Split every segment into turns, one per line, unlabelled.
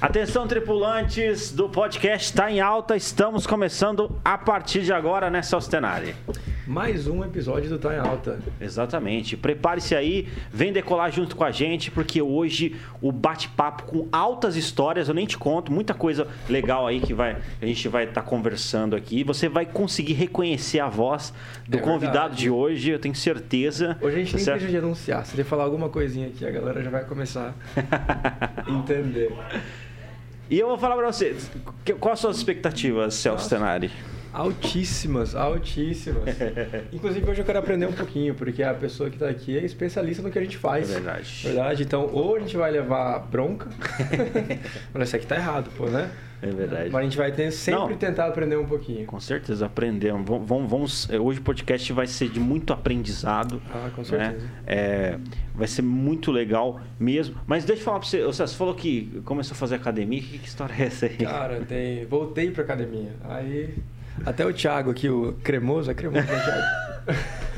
Atenção, tripulantes do podcast Tá em Alta. Estamos começando a partir de agora, né, Celso Tenari?
Mais um episódio do Tá em Alta.
Exatamente. Prepare-se aí, vem decolar junto com a gente, porque hoje o bate-papo com altas histórias, eu nem te conto, muita coisa legal aí que a gente vai estar conversando aqui. Você vai conseguir reconhecer a voz do convidado de hoje, eu tenho certeza.
Hoje a gente nem precisa de anunciar. Se ele falar alguma coisinha aqui, a galera já vai começar a entender.
E eu vou falar pra você, quais são as suas expectativas, Celso Tenari?
Altíssimas, altíssimas. Inclusive, hoje eu quero aprender um pouquinho, porque a pessoa que está aqui é especialista no que a gente faz.
É verdade.
Verdade? Então, ou a gente vai levar bronca, mas isso aqui tá errado, pô, né?
É verdade.
Mas a gente vai sempre tentar aprender um pouquinho.
Com certeza, aprendemos. Hoje o podcast vai ser de muito aprendizado.
Ah, com certeza.
Né? Vai ser muito legal mesmo. Mas deixa eu falar pra você, você falou que começou a fazer academia. Que história é essa aí?
Cara, voltei pra academia. Aí... Até o Thiago aqui, o cremoso, né, Thiago?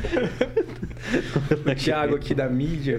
O Thiago aqui da mídia,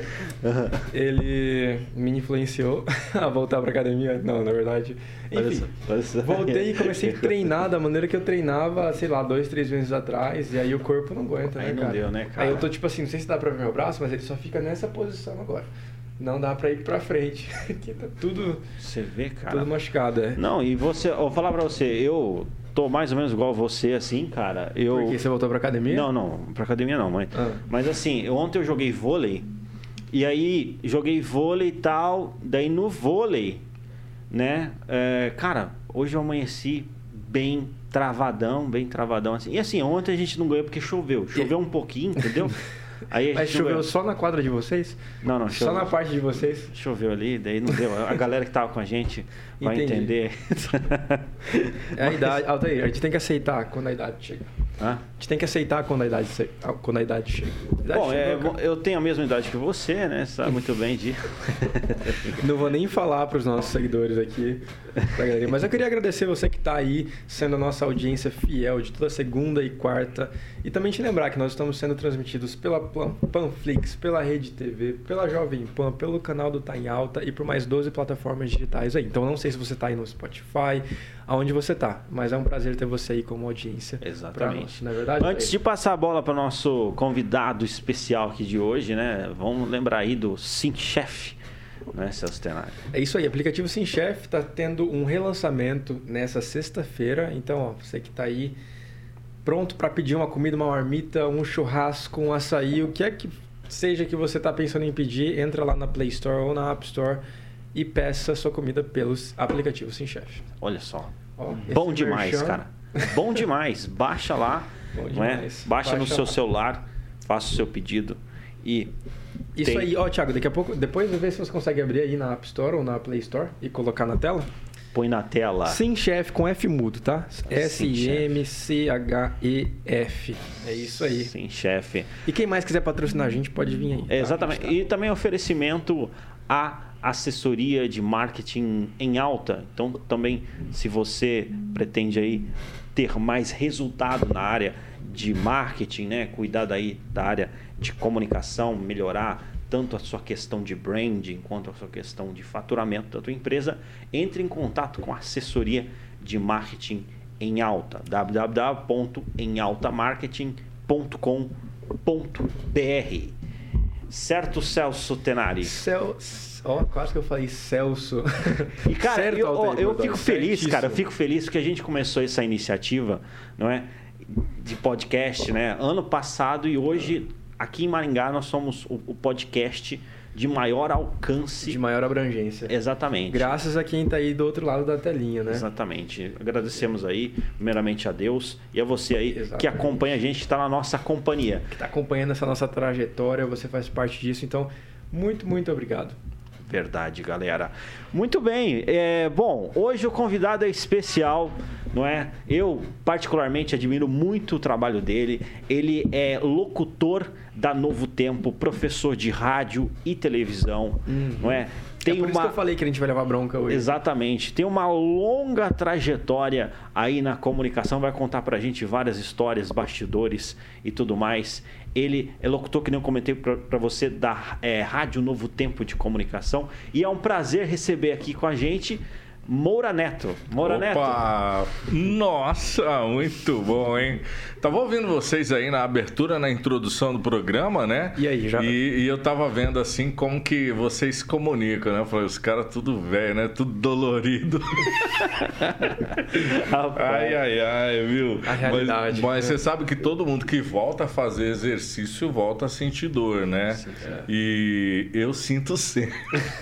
ele me influenciou a voltar pra academia. Não, na verdade. Enfim, voltei e comecei a treinar da maneira que eu treinava, sei lá, 2, 3 meses atrás. E aí o corpo não aguenta, né,
cara? Aí não deu, né, cara?
Aí eu tô tipo assim, não sei se dá pra ver meu braço, mas ele só fica nessa posição agora. Não dá pra ir pra frente. Aqui tá tudo...
Você vê, cara?
Tudo machucado,
Não, e você... Eu vou falar pra você, eu... tô mais ou menos igual você, assim, cara.
Por quê? Você voltou pra academia?
Não, pra academia não, mãe. Mas assim, ontem eu joguei vôlei, e aí joguei vôlei e tal, daí no vôlei, né, cara, hoje eu amanheci bem travadão, assim. E assim, ontem a gente não ganhou porque choveu um pouquinho, entendeu? Aí
mas choveu só na quadra de vocês?
Não,
choveu. Só na parte de vocês?
Choveu ali, daí não deu. A galera que tava com a gente vai entender.
É a idade. Altair, a gente tem que aceitar quando a idade chega.
A
gente tem que aceitar quando a idade chega.
Bom, eu tenho a mesma idade que você, né? Você sabe muito bem disso.
Não vou nem falar para os nossos seguidores aqui. Mas eu queria agradecer você que está aí, sendo a nossa audiência fiel de toda segunda e quarta. E também te lembrar que nós estamos sendo transmitidos pela Panflix, pela Rede TV, pela Jovem Pan, pelo canal do Tá em Alta e por mais 12 plataformas digitais aí. Então não sei se você está aí no Spotify, aonde você está, mas é um prazer ter você aí como audiência.
Exatamente.
Não é verdade?
Antes de passar a bola para o nosso convidado especial aqui de hoje, né? Vamos lembrar aí do SimChef, né, Celso Tenari?
É isso aí, o aplicativo SimChef está tendo um relançamento nessa sexta-feira. Então, ó, você que está aí pronto para pedir uma comida, uma marmita, um churrasco, um açaí, o que é que seja que você está pensando em pedir, entra lá na Play Store ou na App Store e peça sua comida pelos aplicativos SimChef.
Olha só, bom demais, cara. Bom demais, baixa lá, baixa no seu celular, faça o seu pedido e...
Isso aí, Thiago, daqui a pouco, depois vê se você consegue abrir aí na App Store ou na Play Store e colocar na tela.
Põe na tela.
SimChef com F mudo, tá? SimChef. É isso aí.
SimChef.
E quem mais quiser patrocinar a gente pode vir aí. Tá?
Exatamente. E também oferecimento à assessoria de marketing em alta. Então, também, se você pretende aí ter mais resultado na área de marketing, né? Cuidar daí da área de comunicação, melhorar tanto a sua questão de branding quanto a sua questão de faturamento da tua empresa, entre em contato com a assessoria de marketing em alta, www.emaltamarketing.com.br. Certo, Celso Tenari?
Quase que eu falei Celso.
E cara,
certo,
eu fico feliz, cara, eu fico feliz porque a gente começou essa iniciativa, não é, de podcast, né, ano passado, e hoje aqui em Maringá nós somos o podcast de maior alcance.
De maior abrangência.
Exatamente.
Graças a quem está aí do outro lado da telinha, né?
Exatamente. Agradecemos aí, primeiramente a Deus e a você aí que acompanha a gente, que está na nossa companhia.
Que está acompanhando essa nossa trajetória, você faz parte disso, então muito, muito obrigado.
Verdade, galera. Muito bem. Bom, hoje o convidado é especial, não é? Eu, particularmente, admiro muito o trabalho dele. Ele é locutor da Novo Tempo, professor de rádio e televisão, não é?
Tem por isso que eu falei que a gente vai levar bronca hoje.
Exatamente. Tem uma longa trajetória aí na comunicação. Vai contar pra gente várias histórias, bastidores e tudo mais. Ele é locutor, que nem eu comentei para você, da Rádio Novo Tempo de Comunicação. E é um prazer receber aqui com a gente Moura Neto. Moura Neto.
Nossa, muito bom, hein? Tava ouvindo vocês aí na abertura, na introdução do programa, né?
E aí, já?
E eu tava vendo assim como que vocês se comunicam, né? Eu falei, os caras tudo velho, né? Tudo dolorido. ai, viu?
A realidade.
Mas você sabe que todo mundo que volta a fazer exercício volta a sentir dor, né?
Sim,
E eu sinto sempre.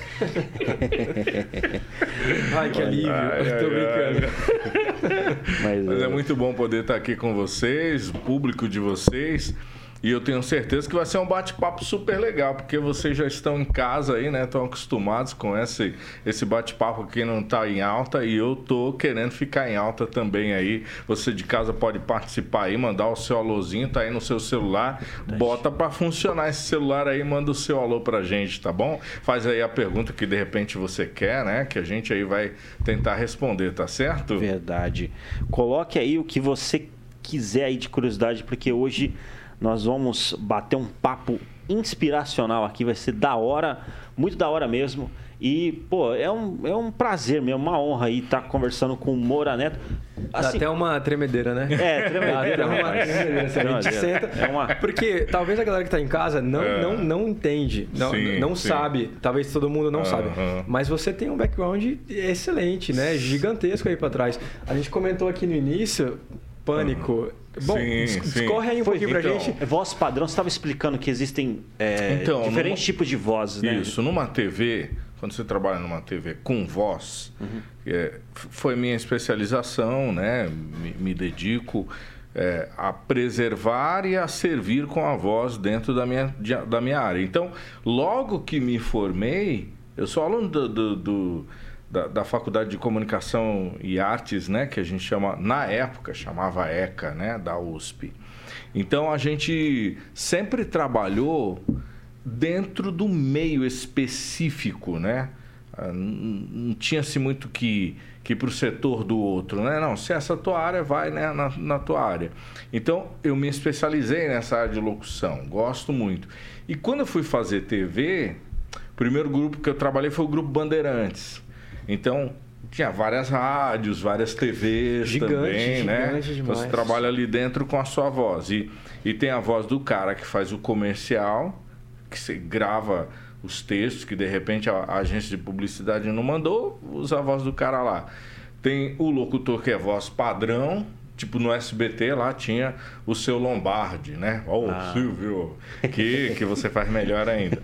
Ai, que alívio. Eu tô brincando.
Mas é muito bom poder estar aqui com vocês, o público de vocês. E eu tenho certeza que vai ser um bate-papo super legal, porque vocês já estão em casa aí, né? Estão acostumados com esse bate-papo que não está em alta, e eu tô querendo ficar em alta também aí. Você de casa pode participar aí, mandar o seu alôzinho, tá aí no seu celular. Bota para funcionar esse celular aí, manda o seu alô pra gente, tá bom? Faz aí a pergunta que de repente você quer, né? Que a gente aí vai tentar responder, tá certo?
Verdade. Coloque aí o que você quiser aí de curiosidade, porque hoje nós vamos bater um papo inspiracional aqui, vai ser da hora, muito da hora mesmo. E, pô, é um prazer mesmo, uma honra aí estar conversando com o Moura Neto.
Dá até uma tremedeira, né?
Tremedeira.
Dá até uma tremedeira, assim, a gente senta. Porque talvez a galera que está em casa não entende, não sabe. Talvez todo mundo não sabe. Mas você tem um background excelente, né? Gigantesco aí para trás. A gente comentou aqui no início, Pânico. Bom, discorre aí um pouquinho pra gente.
Voz padrão, você estava explicando que existem diferentes tipos de vozes, né?
Isso, numa TV, quando você trabalha numa TV com voz, foi minha especialização, né? Me dedico a preservar e a servir com a voz dentro da minha área. Então, logo que me formei, eu sou aluno da Faculdade de Comunicação e Artes, né, que a gente na época chamava ECA, né, da USP. Então a gente sempre trabalhou dentro do meio específico, né? Não tinha-se muito que ir para o setor do outro, né? Não, se essa tua área, vai, né, na tua área. Então eu me especializei nessa área de locução, gosto muito. E quando eu fui fazer TV, o primeiro grupo que eu trabalhei foi o Grupo Bandeirantes. Então, tinha várias rádios, várias TVs também, né?
Demais.
Você trabalha ali dentro com a sua voz. E tem a voz do cara que faz o comercial, que você grava os textos, que de repente a agência de publicidade não mandou, usa a voz do cara lá. Tem o locutor que é voz padrão, tipo no SBT lá tinha o seu Lombardi, né? Silvio, que você faz melhor ainda.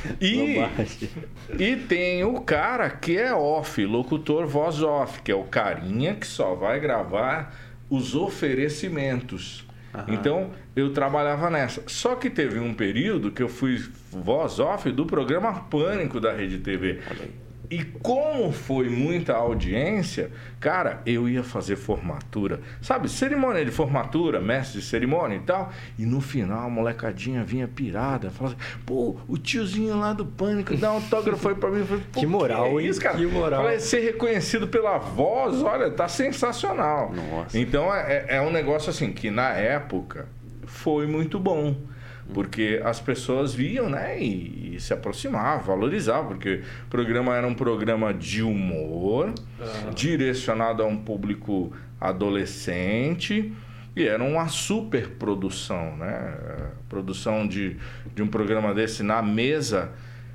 E tem o cara que é off, locutor voz off, que é o carinha que só vai gravar os oferecimentos. Então, eu trabalhava nessa. Só que teve um período que eu fui voz off do programa Pânico da Rede TV. E como foi muita audiência, cara, eu ia fazer formatura. Sabe, cerimônia de formatura, mestre de cerimônia e tal. E no final a molecadinha vinha pirada. Falava assim, pô, o tiozinho lá do Pânico dá um autógrafo aí pra mim. Eu falei,
que moral, hein?
Que moral. Falei, ser reconhecido pela voz, olha, tá sensacional.
Nossa.
Então é um negócio assim que na época foi muito bom. Porque as pessoas viam, né, e se aproximavam, valorizavam, porque o programa era um programa de humor, direcionado a um público adolescente, e era uma super produção, né? Produção de um programa desse na mesa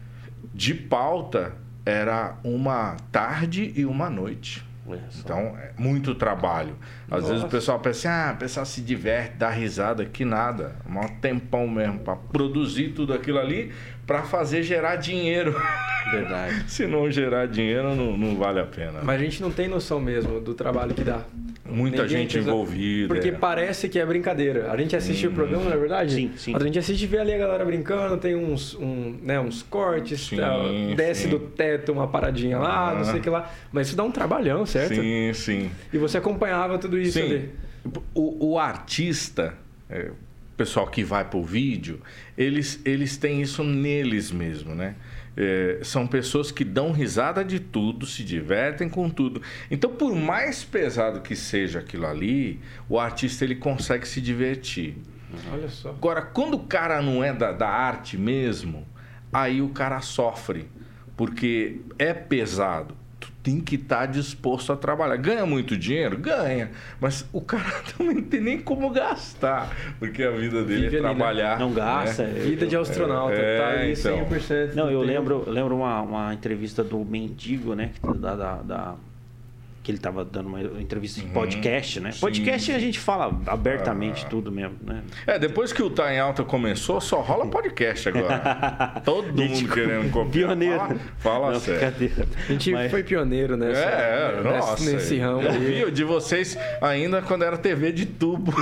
de pauta era uma tarde e uma noite. Então, é muito trabalho. Às vezes o pessoal pensa, o pessoal se diverte, dá risada, que nada. É um tempão mesmo para produzir tudo aquilo ali para fazer gerar dinheiro.
Verdade.
Se não gerar dinheiro, não vale a pena.
Mas a gente não tem noção mesmo do trabalho que dá.
Muita gente envolvida.
Porque parece que é brincadeira. A gente assiste o programa, não é verdade?
Sim.
Mas a gente assiste e vê ali a galera brincando, tem uns cortes, desce do teto uma paradinha lá, não sei o que lá. Mas isso dá um trabalhão, certo?
Sim.
E você acompanhava tudo isso ali.
O artista, o pessoal que vai pro vídeo, eles têm isso neles mesmo, né? São pessoas que dão risada de tudo, se divertem com tudo. Então, por mais pesado que seja aquilo ali, o artista ele consegue se divertir.
Olha só.
Agora, quando o cara não é da arte mesmo, aí o cara sofre, porque é pesado. tem que estar disposto a trabalhar. Ganha muito dinheiro? Ganha. Mas o cara também não tem nem como gastar, porque a vida dele é trabalhar.
Não gasta.
Né? Vida de astronauta, tá aí
então.
100%.
Não, eu lembro uma entrevista do Mendigo, né? Que ele estava dando uma entrevista de podcast, né?
Sim.
Podcast a gente fala abertamente tudo mesmo, né?
Depois que o Tá em Alta começou, só rola podcast agora. Todo mundo querendo copiar.
Pioneiro.
Fala sério.
A gente foi pioneiro
nossa.
Nesse ramo.
Eu vi de vocês ainda quando era TV de tubo.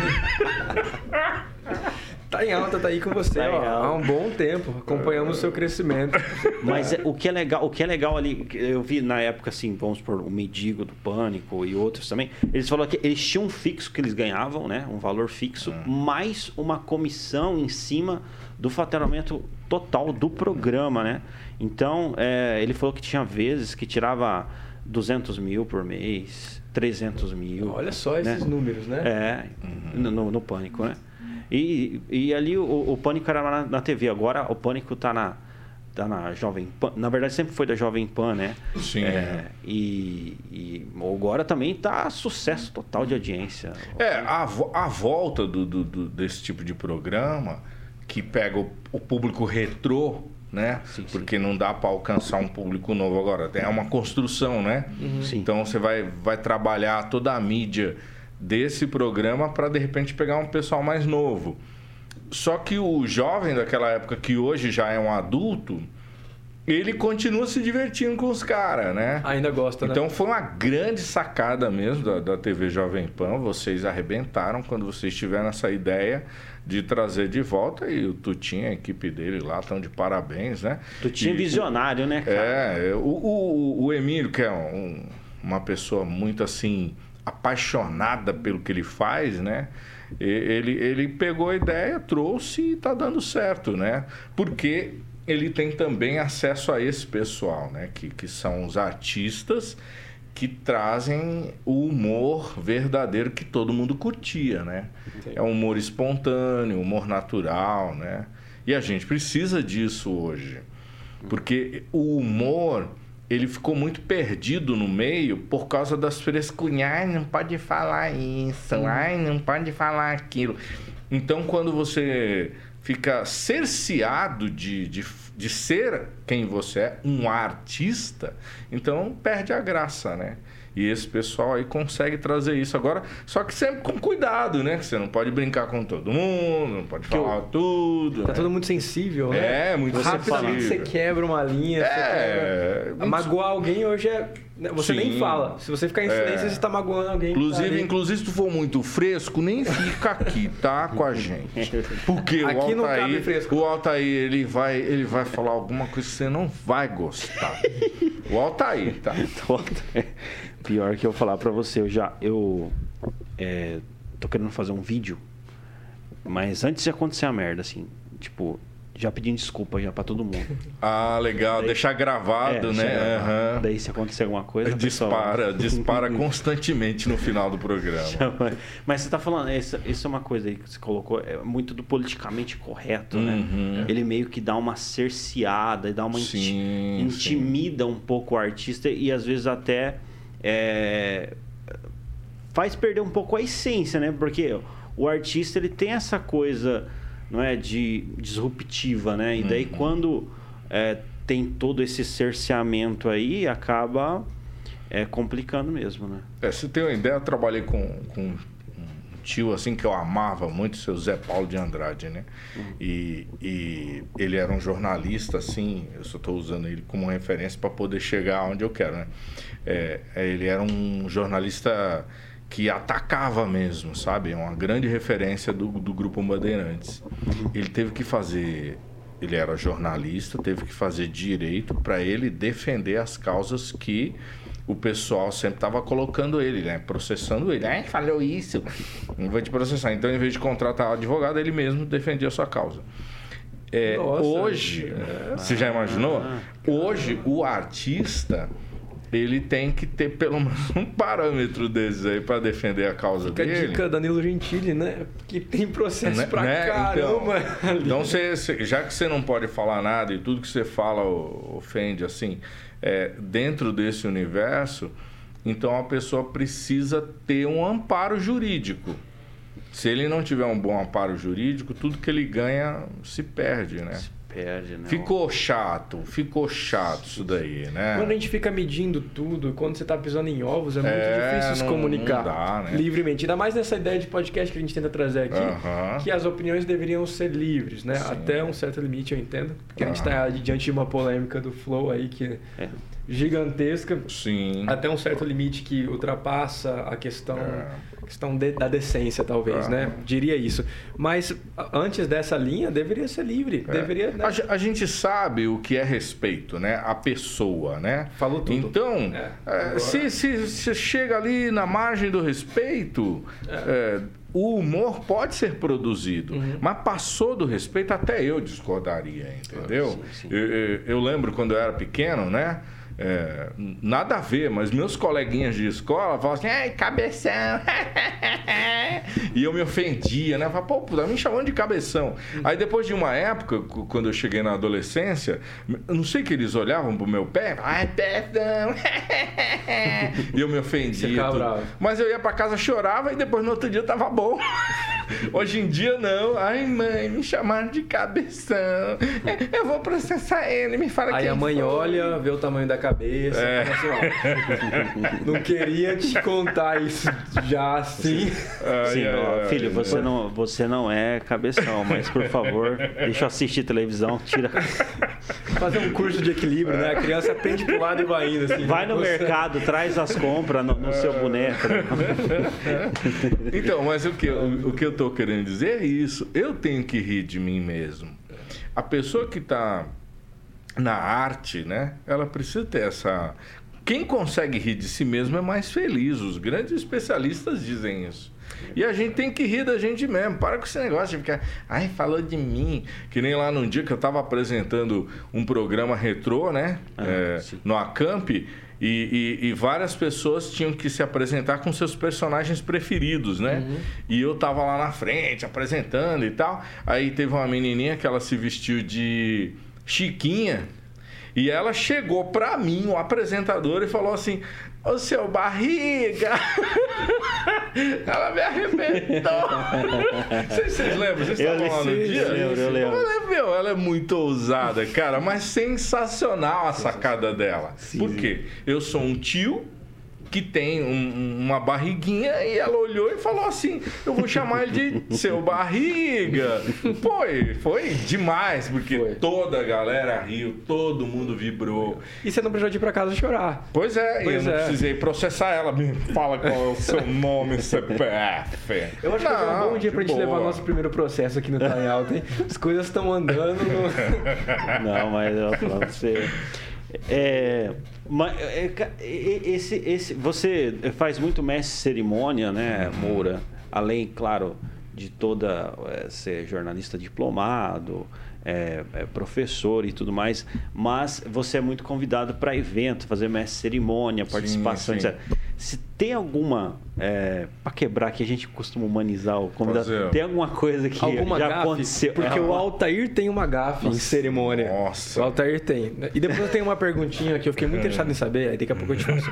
Tá em alta, tá aí com você, há um bom tempo. Acompanhamos o seu crescimento.
Mas o que é legal ali, eu vi na época, assim, vamos supor, o Mendigo do Pânico e outros também, eles falaram que eles tinham um fixo que eles ganhavam, né? Um valor fixo, mais uma comissão em cima do faturamento total do programa, né? Então, ele falou que tinha vezes que tirava 200 mil por mês, 300 mil.
Olha só esses números, né?
No Pânico, né? E ali o Pânico era na TV, agora o Pânico tá na Jovem Pan. Na verdade, sempre foi da Jovem Pan, né?
Sim.
E agora também tá sucesso total de audiência.
A volta desse tipo de programa, que pega o público retrô, né?
Sim.
Porque não dá para alcançar um público novo agora. É uma construção, né? Então você vai trabalhar toda a mídia desse programa para de repente pegar um pessoal mais novo. Só que o jovem daquela época, que hoje já é um adulto, ele continua se divertindo com os caras, né?
Ainda gosta, né?
Então foi uma grande sacada mesmo da TV Jovem Pan. Vocês arrebentaram quando vocês tiveram essa ideia de trazer de volta, e o Tutinho, a equipe dele lá, estão de parabéns, né?
Tutinho visionário, né, cara?
O Emílio, que é uma pessoa muito assim apaixonada pelo que ele faz, né? Ele pegou a ideia, trouxe e está dando certo, né? Porque ele tem também acesso a esse pessoal, né? Que são os artistas que trazem o humor verdadeiro que todo mundo curtia, né? Entendi. É um humor espontâneo, humor natural, né? E a gente precisa disso hoje, porque o humor, ele ficou muito perdido no meio por causa das frescunhas. Ai, não pode falar isso. Ai, não pode falar aquilo. Então, quando você fica cerceado de ser quem você é, um artista, então perde a graça, né? E esse pessoal aí consegue trazer isso agora, só que sempre com cuidado, né? Que você não pode brincar com todo mundo, não pode falar tudo.
Tá todo muito sensível, né?
Muito
rapidamente
sensível.
Você quebra uma linha, magoar alguém hoje você nem fala. Se você ficar em silêncio, você tá magoando alguém.
Inclusive, se tu for muito fresco, nem fica aqui, tá? Com a gente. Porque
aqui não cabe fresco.
O Altair, ele vai falar alguma coisa que você não vai gostar. O Altair, tá?
Pior que eu falar pra você, eu tô querendo fazer um vídeo, mas antes de acontecer a merda, assim, tipo, já pedindo desculpa já pra todo mundo.
Ah, legal, deixar gravado, né?
Gravado. Daí se acontecer alguma coisa,
dispara constantemente no final do programa.
Mas você tá falando, isso é uma coisa aí que você colocou, é muito do politicamente correto, né? Ele meio que dá uma cerceada e dá uma intimida um pouco o artista, e às vezes até faz perder um pouco a essência, né? Porque o artista, ele tem essa coisa, não é, de disruptiva, né? E daí quando tem todo esse cerceamento aí, acaba complicando mesmo, né?
Você tem uma ideia, eu trabalhei com um tio assim que eu amava muito, seu Zé Paulo de Andrade, né? E ele era um jornalista, assim, eu só estou usando ele como referência para poder chegar onde eu quero, né? Ele era um jornalista que atacava mesmo, sabe? É uma grande referência do Grupo Bandeirantes. Ele teve que fazer... Ele era jornalista, teve que fazer direito para ele defender as causas que o pessoal sempre estava colocando ele, né? Processando ele. Falou isso, não vai te processar. Então, em vez de contratar advogado, ele mesmo defendia a sua causa. Hoje, você já imaginou? Hoje, o artista... ele tem que ter pelo menos um parâmetro desses aí para defender a causa
Fica
dele.
a dica, Danilo Gentili, né? Que tem processo pra caramba.
Então já que você não pode falar nada e tudo que você fala ofende, assim, dentro desse universo, então a pessoa precisa ter um amparo jurídico. Se ele não tiver um bom amparo jurídico, tudo que ele ganha se perde, né?
Perde, né?
Ficou chato isso daí, né?
Quando a gente fica medindo tudo, quando você está pisando em ovos, é muito difícil se comunicar
não dá, né?
livremente. Ainda mais nessa ideia de podcast que a gente tenta trazer aqui, que as opiniões deveriam ser livres, né?
Sim.
Até um certo limite, eu entendo. Porque a gente está diante de uma polêmica do Flow aí que é gigantesca.
Sim.
Até um certo limite que ultrapassa a questão da decência, talvez, né? Diria isso. Mas antes dessa linha, deveria ser livre. Deveria, né?
A gente sabe o que é respeito, né? A pessoa, né?
Falou tudo.
Então, se chega ali na margem do respeito, o humor pode ser produzido, mas passou do respeito, até eu discordaria, entendeu?
Sim.
Eu lembro quando eu era pequeno, né? Nada a ver, mas meus coleguinhas de escola falavam assim, ai, cabeção. E eu me ofendia, né? Eu falava, pô, tá me chamando de cabeção. Aí depois de uma época, quando eu cheguei na adolescência, eu não sei que eles olhavam pro meu pé, ai, perdão. E eu me ofendia. Mas eu ia pra casa, chorava e depois no outro dia tava bom. Hoje em dia não. Ai, mãe, me chamaram de cabeção. Eu vou processar ele, me fala
aí
quem
a mãe
foi.
Olha, vê o tamanho da cabeça. Assim, ó, não queria te contar isso já assim.
Sim, filho, você não é cabeção, mas por favor, deixa eu assistir televisão, tira.
Fazer um curso de equilíbrio, né? A criança aprende pro lado e vai indo. Assim,
vai no mercado, traz as compras no seu boneco.
Então, mas o que eu tô querendo dizer é isso. Eu tenho que rir de mim mesmo. A pessoa que está na arte, né? Ela precisa ter essa... Quem consegue rir de si mesmo é mais feliz. Os grandes especialistas dizem isso. E a gente tem que rir da gente mesmo. Para com esse negócio de ficar... Ai, falou de mim. Que nem lá num dia que eu estava apresentando um programa retrô, né? No Acamp. E várias pessoas tinham que se apresentar com seus personagens preferidos, né? E eu tava lá na frente, apresentando e tal. Aí teve uma menininha que ela se vestiu de Chiquinha. E ela chegou pra mim, o apresentador, e falou assim... Ô, seu barriga! Ela me arrebentou! Vocês lembram? Vocês estavam lá no dia?
Eu lembro.
Meu, ela é muito ousada, cara, mas sensacional a sacada dela. Por quê? Eu sou um tio que tem uma barriguinha e ela olhou e falou assim, eu vou chamar ele de seu barriga. Foi demais, porque toda a galera riu, todo mundo vibrou.
E você não precisou ir pra casa chorar.
Pois é, eu não precisei processar ela. Me fala qual é o seu nome, CPF.
Eu acho que foi um bom dia pra gente levar nosso primeiro processo aqui no Tá em Alta, hein? As coisas estão andando.
Não, mas eu falo pra você... você faz muito mestre de cerimônia, né, Moura? Além, claro, de toda ser jornalista diplomado, professor e tudo mais, mas você é muito convidado para evento, fazer mestre de cerimônia, participação, etc. Se tem alguma, para quebrar, que a gente costuma humanizar o convidado, tem alguma coisa que já aconteceu?
Porque o Altair tem uma gafe em cerimônia.
Nossa.
O Altair tem. E depois eu tenho uma perguntinha que eu fiquei muito interessado em saber, aí daqui a pouco eu te faço.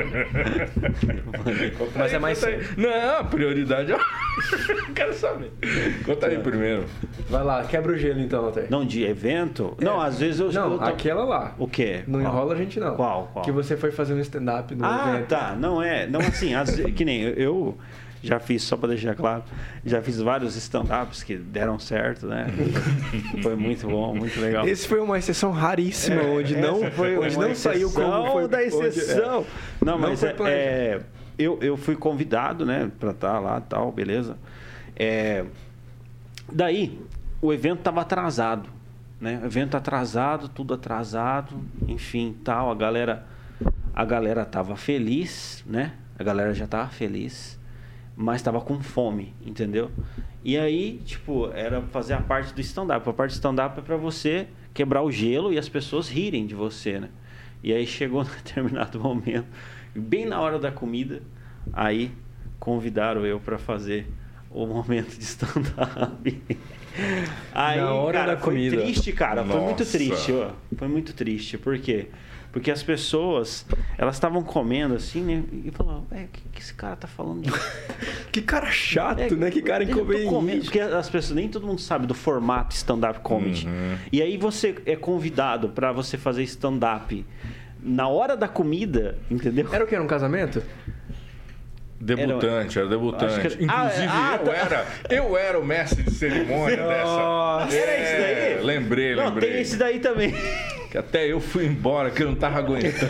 Mas é mais...
Não, a prioridade é... Quero saber. Conta aí primeiro.
Vai lá, quebra o gelo então, Altair.
Não, de evento? Não, às vezes eu...
Não, aquela lá.
O quê?
Não enrola a gente, não.
Qual?
Que você foi fazer um stand-up no evento.
Tá. Não assim, que nem eu já fiz, só para deixar claro, já fiz vários stand-ups que deram certo, né? Foi muito bom, muito legal.
Esse foi uma exceção raríssima, onde não saiu como foi
da exceção. Não, mas eu fui convidado, né, para estar lá, tal, beleza. Daí o evento estava atrasado, né? O evento atrasado, tudo atrasado, enfim, tal. A galera tava feliz, né? A galera já tava feliz, mas tava com fome, entendeu? E aí, tipo, era fazer a parte do stand-up. A parte do stand-up é para você quebrar o gelo e as pessoas rirem de você, né? E aí chegou num determinado momento, bem na hora da comida, aí convidaram eu para fazer o momento de stand-up. Aí,
na hora
cara,
da comida.
Foi triste, cara.
Nossa.
Foi muito triste, ó. Foi muito triste. Por quê? Porque as pessoas, elas estavam comendo assim, né? E falavam, o que esse cara tá falando?
Que cara chato, né? Que cara inconveniente.
Porque as pessoas, nem todo mundo sabe do formato stand-up comedy. E aí você é convidado para você fazer stand-up na hora da comida, entendeu?
Era o que? Era um casamento?
Debutante, era debutante.
Acho que-
Inclusive, eu era o mestre de cerimônia
Nossa.
dessa.
Era esse daí?
Lembrei.
Não, tem esse daí também.
Que até eu fui embora, que eu não tava aguentando.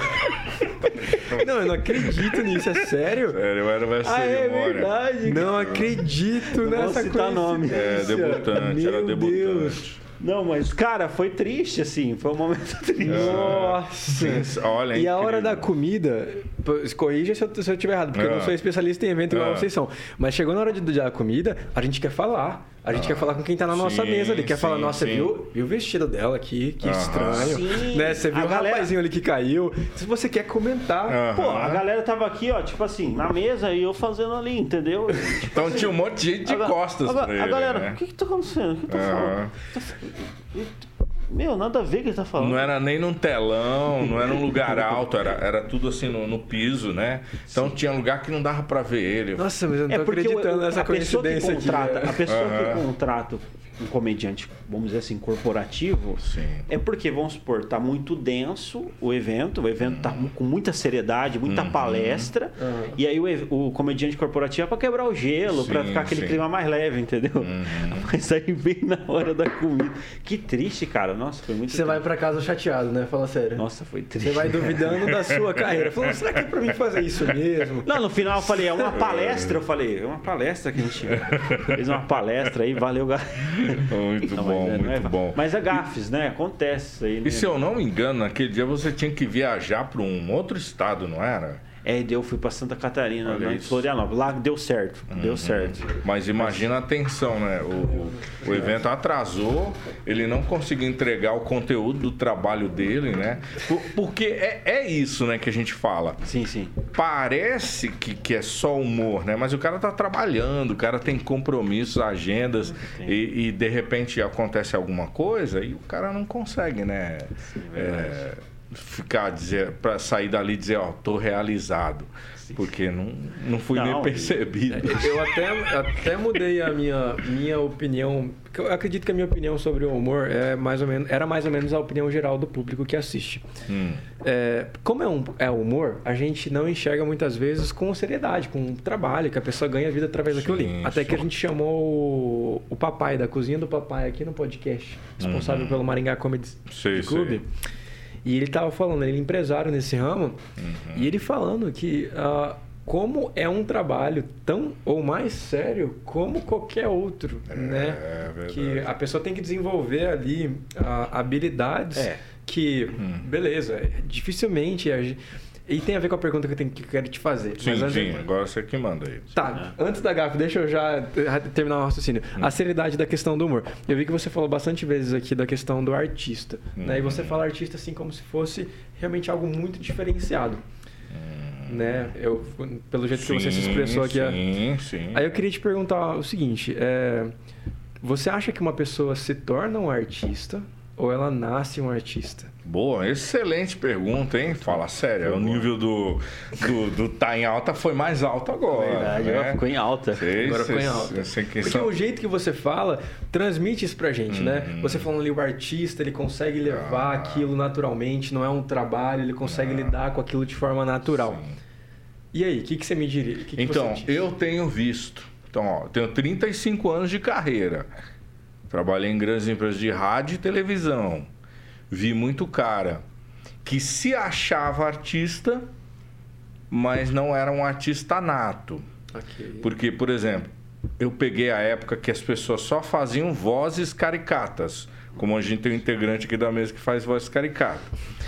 Não, eu não acredito nisso, é sério?
Sério, eu era o mestre de
É
cerimônia.
verdade.
Não acredito
Não vou
nessa
citar nome.
coincidência.
Debutante, era
Meu
debutante.
Deus.
Não, mas, cara, foi triste, assim. Foi um momento triste.
Nossa.
Sim, olha, é
E a hora
incrível.
da comida, corrija se eu estiver errado, porque eu não sou especialista em evento igual vocês são. Mas chegou na hora de dar a comida, a gente quer falar. A gente quer falar com quem tá na nossa
Sim,
mesa ali. Quer falar,
sim,
nossa,
sim.
viu o vestido dela aqui? Que estranho.
Sim.
Né? Você viu
A
o
galera-
rapazinho ali que caiu. Se você quer comentar.
Pô, a galera tava aqui, ó, tipo assim, na mesa e eu fazendo ali, entendeu? Tipo
Então
assim,
tinha um monte de gente de costas pra ele,
A galera,
né?
o que tá acontecendo? O que tá
Aham.
falando? Meu, nada a ver o que ele tá falando.
Não era nem num telão, não era num lugar alto, era tudo assim no piso, né? Então tinha lugar que não dava pra ver ele.
Nossa, mas eu não tô
porque
acreditando nessa
a pessoa que
coincidência
contrata,
aqui.
a pessoa
Aham.
que contrata um comediante, vamos dizer assim, corporativo,
Sim.
é porque, vamos supor, tá muito denso o evento tá com muita seriedade, muita palestra, e aí o comediante corporativo é pra quebrar o gelo, pra
Sim,
ficar aquele
sim.
clima mais leve, entendeu? Mas aí vem na hora da comida. Que triste, cara. Nossa, foi muito
Você
triste.
vai pra casa chateado, né? Fala sério.
Nossa, foi triste.
Você vai duvidando da sua carreira. Falando, será que é pra mim fazer isso mesmo?
Não, no final eu falei, é uma palestra. Eu falei, é uma palestra que a gente fez uma palestra aí, valeu, galera.
Muito
Não,
bom,
mas,
muito bom.
Mas é gafes, né? Acontece isso aí. Né?
E se eu não me engano, naquele dia você tinha que viajar para um outro estado, não era?
Eu fui pra Santa Catarina,
Olha
em
isso.
Florianópolis. Lá deu certo, deu certo.
Mas imagina a tensão, né? O evento atrasou, ele não conseguiu entregar o conteúdo do trabalho dele, né? Porque é isso, né, que a gente fala.
Sim, sim.
Parece que é só humor, né? Mas o cara tá trabalhando, o cara tem compromissos, agendas, e de repente acontece alguma coisa e o cara não consegue, né? Para sair dali e dizer, ó, tô realizado. Porque não fui nem
Não,
percebido.
Eu até mudei a minha opinião. Porque eu acredito que a minha opinião sobre o humor era mais ou menos a opinião geral do público que assiste. Como é humor, a gente não enxerga muitas vezes com seriedade, com trabalho, que a pessoa ganha vida através daquilo ali. Até que a gente chamou o papai, da cozinha do papai, aqui no podcast, responsável pelo Maringá Comedy Club. E ele estava falando, ele é empresário nesse ramo, e ele falando que como é um trabalho tão ou mais sério como qualquer outro, né?
Verdade.
Que a pessoa tem que desenvolver ali habilidades que, beleza, dificilmente... E tem a ver com a pergunta que eu quero te fazer.
Sim,
Mas antes-
sim, agora você que manda aí.
Tá, antes da gafe, deixa eu já terminar o raciocínio. A seriedade da questão do humor. Eu vi que você falou bastante vezes aqui da questão do artista. Né? E você fala artista assim como se fosse realmente algo muito diferenciado. Né? Pelo jeito que você se expressou aqui.
Sim.
Aí eu queria te perguntar o seguinte. Você acha que uma pessoa se torna um artista ou ela nasce um artista?
Boa, excelente pergunta, hein? Fala sério, o nível do tá em alta foi mais alto agora.
Verdade,
né?
agora ficou em alta.
Agora ficou em alta. Porque o jeito que você fala transmite isso pra gente, né? Você falando ali, o artista, ele consegue levar aquilo naturalmente, não é um trabalho, ele consegue lidar com aquilo de forma natural.
Sim.
E aí, o que você me diria? Que
Então,
você diz?
eu tenho visto. Então, ó, tenho 35 anos de carreira. Trabalhei em grandes empresas de rádio e televisão. Vi muito cara que se achava artista, mas não era um artista nato.
Ok.
Porque, por exemplo, eu peguei a época que as pessoas só faziam vozes caricatas. Como a gente tem um integrante aqui da mesa que faz voz caricata.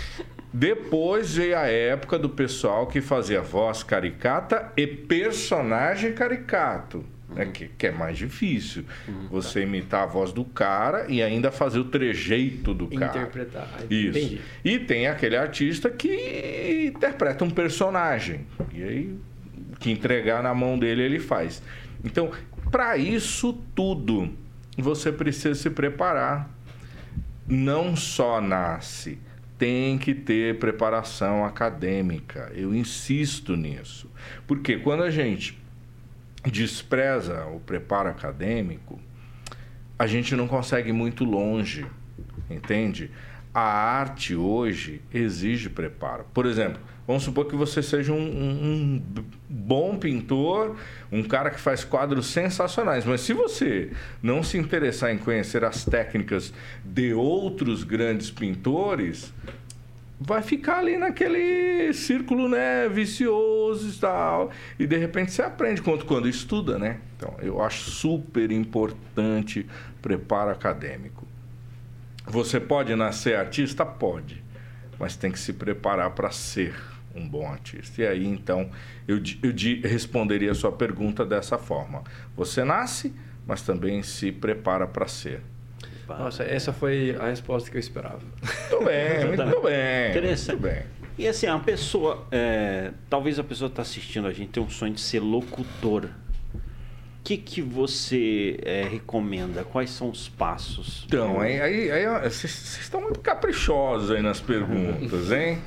Depois veio a época do pessoal que fazia voz caricata e personagem caricato. né? Que é mais difícil. Você imitar a voz do cara e ainda fazer o trejeito do cara.
Interpretar.
Isso.
Entendi.
E tem aquele artista que interpreta um personagem. E aí, que entregar na mão dele, ele faz. Então, para isso tudo, você precisa se preparar. Não só nasce, tem que ter preparação acadêmica. Eu insisto nisso. Porque quando a gente despreza o preparo acadêmico, a gente não consegue ir muito longe, entende? A arte hoje exige preparo. Por exemplo, vamos supor que você seja um bom pintor, um cara que faz quadros sensacionais, mas se você não se interessar em conhecer as técnicas de outros grandes pintores, vai ficar ali naquele círculo, né, vicioso e tal, e de repente você aprende quando estuda, né? Então, eu acho super importante preparo acadêmico. Você pode nascer artista? Pode, mas tem que se preparar para ser um bom artista. E aí, então, eu responderia a sua pergunta dessa forma. Você nasce, mas também se prepara para ser.
Nossa, essa foi a resposta que eu esperava.
Muito bem, muito bem.
Interessante.
Muito bem.
E assim, a pessoa, talvez a pessoa está assistindo a gente, tem um sonho de ser locutor. O que você recomenda? Quais são os passos?
Então, aí vocês estão muito caprichosos aí nas perguntas, hein?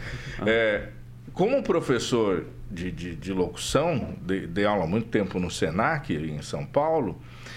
Como professor de locução, dei aula há muito tempo no Senac, em São Paulo,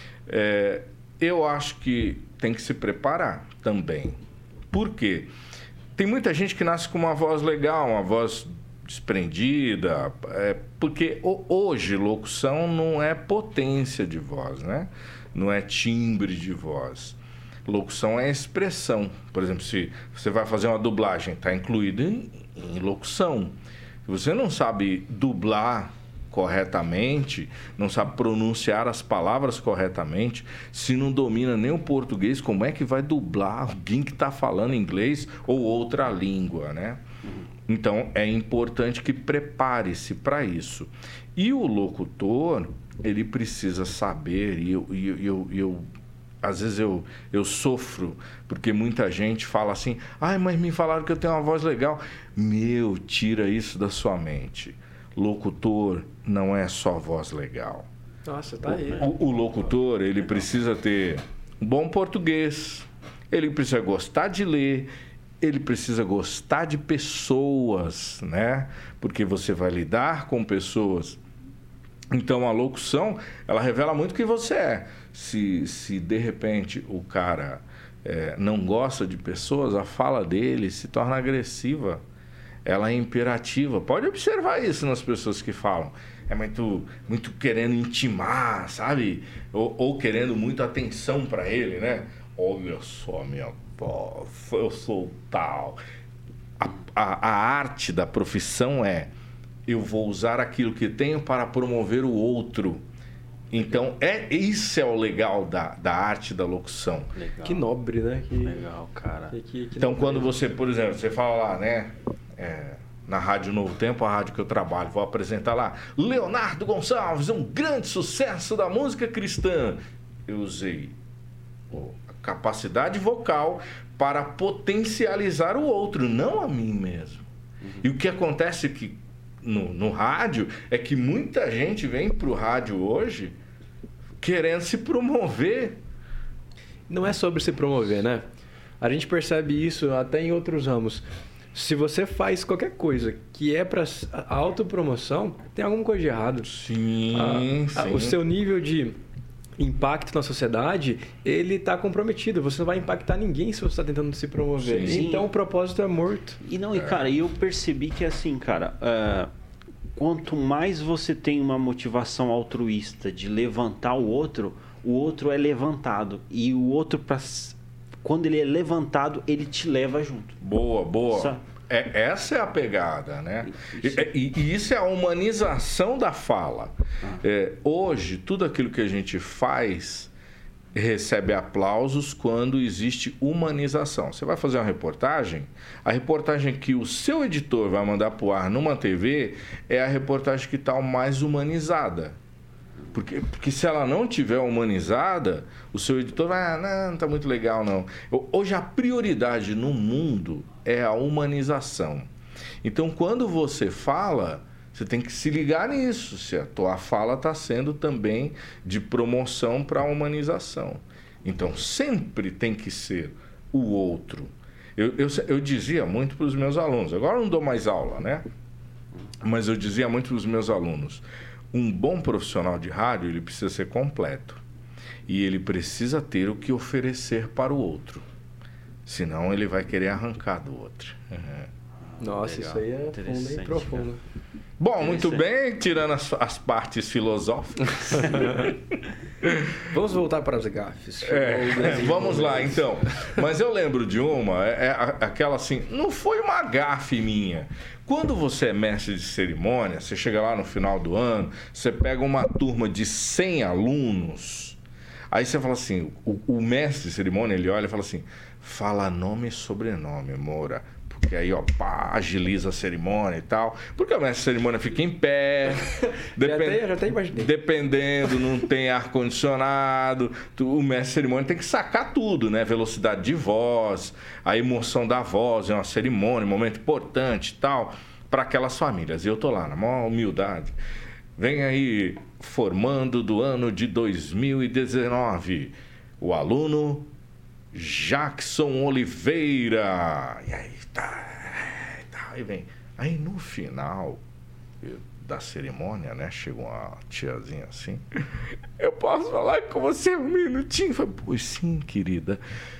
eu acho que tem que se preparar também. Por quê? Tem muita gente que nasce com uma voz legal, uma voz desprendida, porque hoje locução não é potência de voz, né? Não é timbre de voz. Locução é expressão. Por exemplo, se você vai fazer uma dublagem, está incluído em locução. Se você não sabe dublar corretamente, não sabe pronunciar as palavras corretamente, se não domina nem o português, como é que vai dublar alguém que está falando inglês ou outra língua, né? Então, é importante que prepare-se para isso. E o locutor, ele precisa saber, às vezes eu sofro, porque muita gente fala assim, mas me falaram que eu tenho uma voz legal. Meu, tira isso da sua mente. Locutor não é só voz legal.
Nossa, tá aí.
O locutor, ele precisa ter um bom português, ele precisa gostar de ler, ele precisa gostar de pessoas, né? Porque você vai lidar com pessoas. Então, a locução, ela revela muito quem você é. Se de repente o cara não gosta de pessoas, a fala dele se torna agressiva. Ela é imperativa. Pode observar isso nas pessoas que falam. É muito querendo intimar, sabe? Ou querendo muito atenção para ele, né? Olha só a minha voz, eu sou tal. A arte da profissão eu vou usar aquilo que tenho para promover o outro. Então, isso é o legal da arte da locução.
Legal.
Que nobre, né?
Legal, cara.
Então, quando você, por exemplo, você fala lá, né? Na Rádio Novo Tempo, a rádio que eu trabalho, vou apresentar lá, Leonardo Gonçalves, um grande sucesso da música cristã. Eu usei a capacidade vocal para potencializar o outro, não a mim mesmo. E o que acontece que no rádio é que muita gente vem para o rádio hoje querendo se promover.
Não é sobre se promover, né? A gente percebe isso até em outros ramos. Se você faz qualquer coisa que é para autopromoção, tem alguma coisa de errado.
Sim.
O seu nível de impacto na sociedade, ele está comprometido. Você não vai impactar ninguém se você está tentando se promover.
Sim.
Então, o propósito é morto.
Cara, eu percebi que assim, cara, quanto mais você tem uma motivação altruísta de levantar o outro é levantado. E o outro, quando ele é levantado, ele te leva junto.
Boa. Essa é a pegada, né? E isso é a humanização da fala. Hoje, tudo aquilo que a gente faz recebe aplausos quando existe humanização. Você vai fazer uma reportagem, a reportagem que o seu editor vai mandar para o ar numa TV é a reportagem que está mais humanizada. Porque se ela não tiver humanizada, o seu editor vai, não está muito legal, não. Hoje a prioridade no mundo é a humanização. Então, quando você fala, você tem que se ligar nisso, se a tua fala está sendo também de promoção para a humanização. Então, sempre tem que ser o outro. Eu dizia muito para os meus alunos, agora eu não dou mais aula, né? Mas eu dizia muito para os meus alunos, um bom profissional de rádio, ele precisa ser completo. E ele precisa ter o que oferecer para o outro. Senão ele vai querer arrancar do outro.
Nossa, legal. Isso aí é fundo e profundo.
Bom, muito bem, tirando as partes filosóficas.
Vamos voltar para as gafes.
Vamos lá, então. Mas eu lembro de uma, aquela assim, não foi uma gafe minha. Quando você é mestre de cerimônia, você chega lá no final do ano, você pega uma turma de 100 alunos, aí você fala assim, o mestre de cerimônia, ele olha e fala assim, fala nome e sobrenome, Moura. Porque aí, pá, agiliza a cerimônia e tal. Porque o mestre de cerimônia fica em pé.
Já até imaginei.
Dependendo, não tem ar-condicionado. O mestre de cerimônia tem que sacar tudo, né? Velocidade de voz, a emoção da voz, é uma cerimônia, um momento importante e tal, para aquelas famílias. E eu tô lá, na maior humildade. Vem aí, formando do ano de 2019, o aluno Jackson Oliveira. E aí, aí vem. Aí no final da cerimônia, né? Chega uma tiazinha assim. Eu posso falar com você um minutinho? Eu falei, pois sim, querida.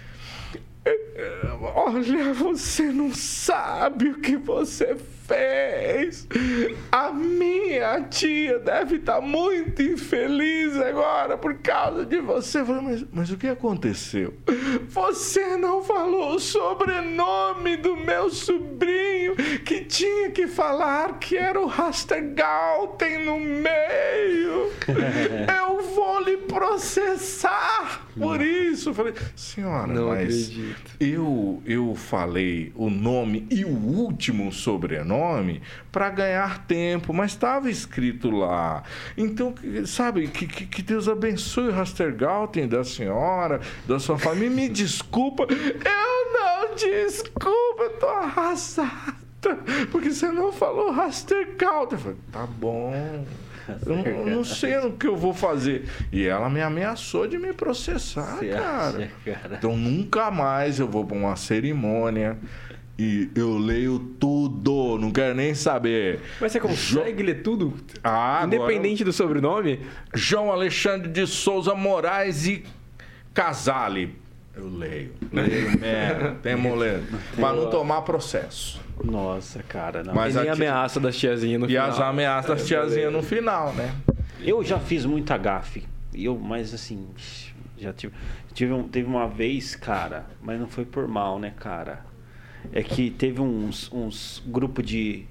Olha, você não sabe o que você fez. A minha tia deve estar muito infeliz agora por causa de você. Eu falei, mas o que aconteceu? Você não falou o sobrenome do meu sobrinho, que tinha que falar que era o Hastergalten no meio. Eu vou lhe processar por isso. Eu falei, senhora,
não
mas
acredito.
Eu falei o nome e o último sobrenome para ganhar tempo, mas estava escrito lá. Então, sabe, que Deus abençoe o Hastergalten da senhora, da sua família. Me desculpa, eu não desculpa, eu tô arrasada, porque você não falou Hastergalten. Eu falei, tá bom. Eu não sei o que eu vou fazer. E ela me ameaçou de me processar, cara. Então nunca mais eu vou para uma cerimônia e eu leio tudo, não quero nem saber.
Mas você consegue ler tudo?
agora...
Independente do sobrenome?
João Alexandre de Souza Moraes e Casale. Eu leio. Tem moleiro. Para não tomar processo.
Nossa, cara. Não.
Mas e nem ameaça das tiazinhas no final.
E as ameaças das tiazinhas no final, né?
Eu já fiz muita gafe. Mas assim, já teve uma vez, cara, mas não foi por mal, né, cara? É que teve uns grupos de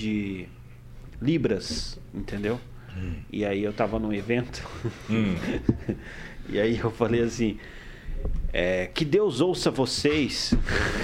Libras, entendeu? E aí eu tava num evento. E aí eu falei assim... que Deus ouça vocês.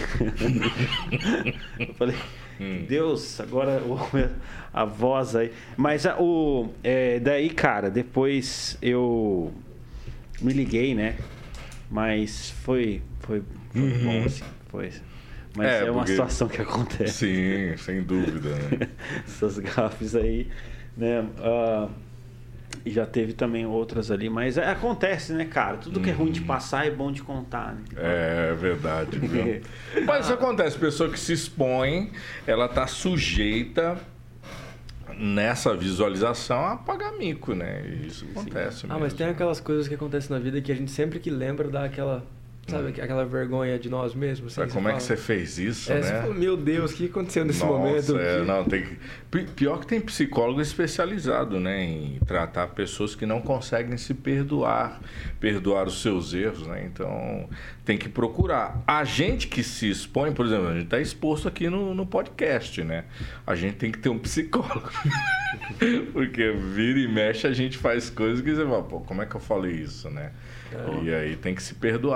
Eu falei, Deus, agora a voz aí. Mas daí, cara, depois eu me liguei, né? Mas foi bom, assim. Mas é uma situação que acontece.
Sim, sem dúvida, né?
Essas gafes aí, né? E já teve também outras ali, mas acontece, né, cara? Tudo que é ruim de passar é bom de contar, né?
É verdade, viu? Mas isso acontece, pessoa que se expõe, ela tá sujeita nessa visualização a pagar mico, né? E isso acontece mesmo.
Mas tem aquelas coisas que acontecem na vida que a gente sempre que lembra dá aquela... Sabe, aquela vergonha de nós mesmos. Assim,
como é que você fez isso, né?
Você fala, meu Deus, o que aconteceu nesse
momento?
Não,
tem que... Pior que tem psicólogo especializado, né? Em tratar pessoas que não conseguem se perdoar os seus erros, né? Então, tem que procurar. A gente que se expõe, por exemplo, a gente está exposto aqui no podcast, né? A gente tem que ter um psicólogo. Porque vira e mexe, a gente faz coisas que você fala, pô, como é que eu falei isso, né? E aí tem que se perdoar depois.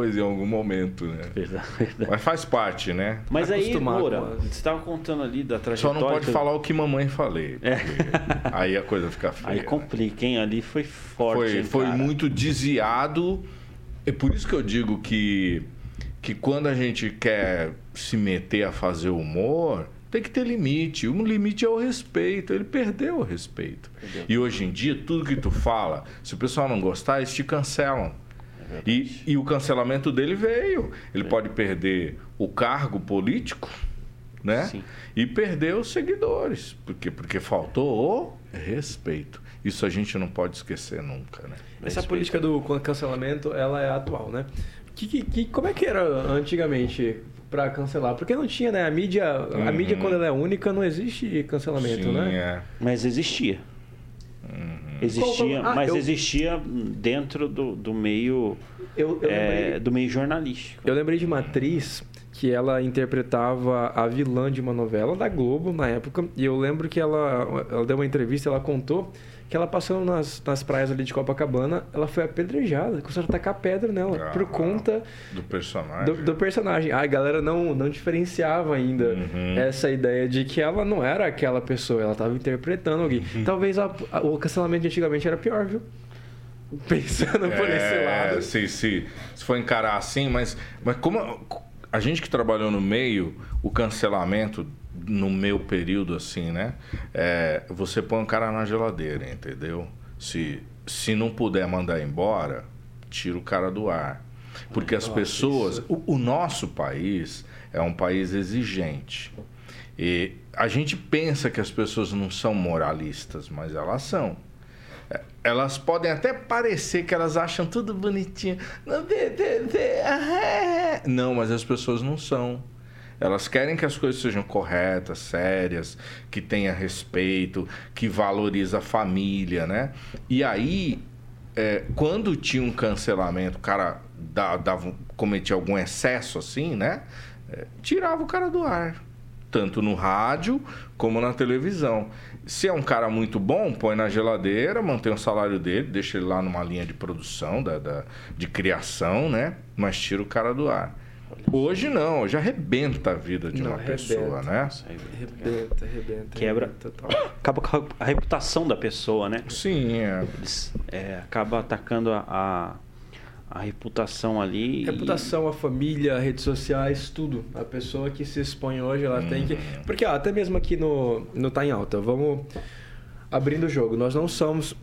coisa em algum momento, né?
Verdade.
Mas faz parte, né?
Mas aí,
Acostumar
Moura,
com
você estava contando ali da trajetória...
Só não pode falar o que mamãe falei. Aí a coisa fica feia.
Aí complica, hein? Ali foi forte,
Foi
cara.
muito desviado. É por isso que eu digo que quando a gente quer se meter a fazer humor, tem que ter limite. O limite é o respeito. Ele perdeu o respeito. E hoje em dia, tudo que tu fala, se o pessoal não gostar, eles te cancelam. E o cancelamento dele veio. Ele pode perder o cargo político, né?
Sim.
E perder os seguidores. Porque faltou o respeito. Isso a gente não pode esquecer nunca, né?
Essa política do cancelamento, ela é atual, né? Como é que era antigamente para cancelar? Porque não tinha, né? A mídia, quando ela é única, não existe cancelamento,
Sim,
né?
É.
Mas existia. Existia, existia dentro do meio do meio jornalístico.
Eu lembrei de uma atriz que ela interpretava a vilã de uma novela da Globo na época, e eu lembro que ela deu uma entrevista, ela contou que ela passando nas praias ali de Copacabana, ela foi apedrejada, começaram a tacar pedra nela, por conta
do personagem.
Do personagem. A galera não diferenciava ainda essa ideia de que ela não era aquela pessoa, ela estava interpretando alguém. Talvez o cancelamento de antigamente era pior, viu? Pensando por esse lado.
Se for encarar assim, mas como a gente que trabalhou no meio, o cancelamento no meu período assim, né? Você põe um cara na geladeira, entendeu? Se não puder mandar embora, tira o cara do ar. Porque as pessoas... O nosso país é um país exigente. E a gente pensa que as pessoas não são moralistas, mas elas são. Elas podem até parecer que elas acham tudo bonitinho. Não, mas as pessoas não são. Elas querem que as coisas sejam corretas, sérias, que tenha respeito, que valoriza a família, né? E aí, quando tinha um cancelamento, o cara cometia algum excesso assim, né? Tirava o cara do ar. Tanto no rádio como na televisão. Se é um cara muito bom, põe na geladeira, mantém o salário dele, deixa ele lá numa linha de produção, de criação, né? Mas tira o cara do ar. Hoje não, hoje arrebenta a vida de uma pessoa, né?
Arrebenta.
Quebra. Acaba com a reputação da pessoa, né?
Sim,
acaba atacando a reputação ali.
Reputação, a família, redes sociais, tudo. A pessoa que se expõe hoje, ela tem que... Porque até mesmo aqui no Tá em Alta, vamos abrindo o jogo. Nós não somos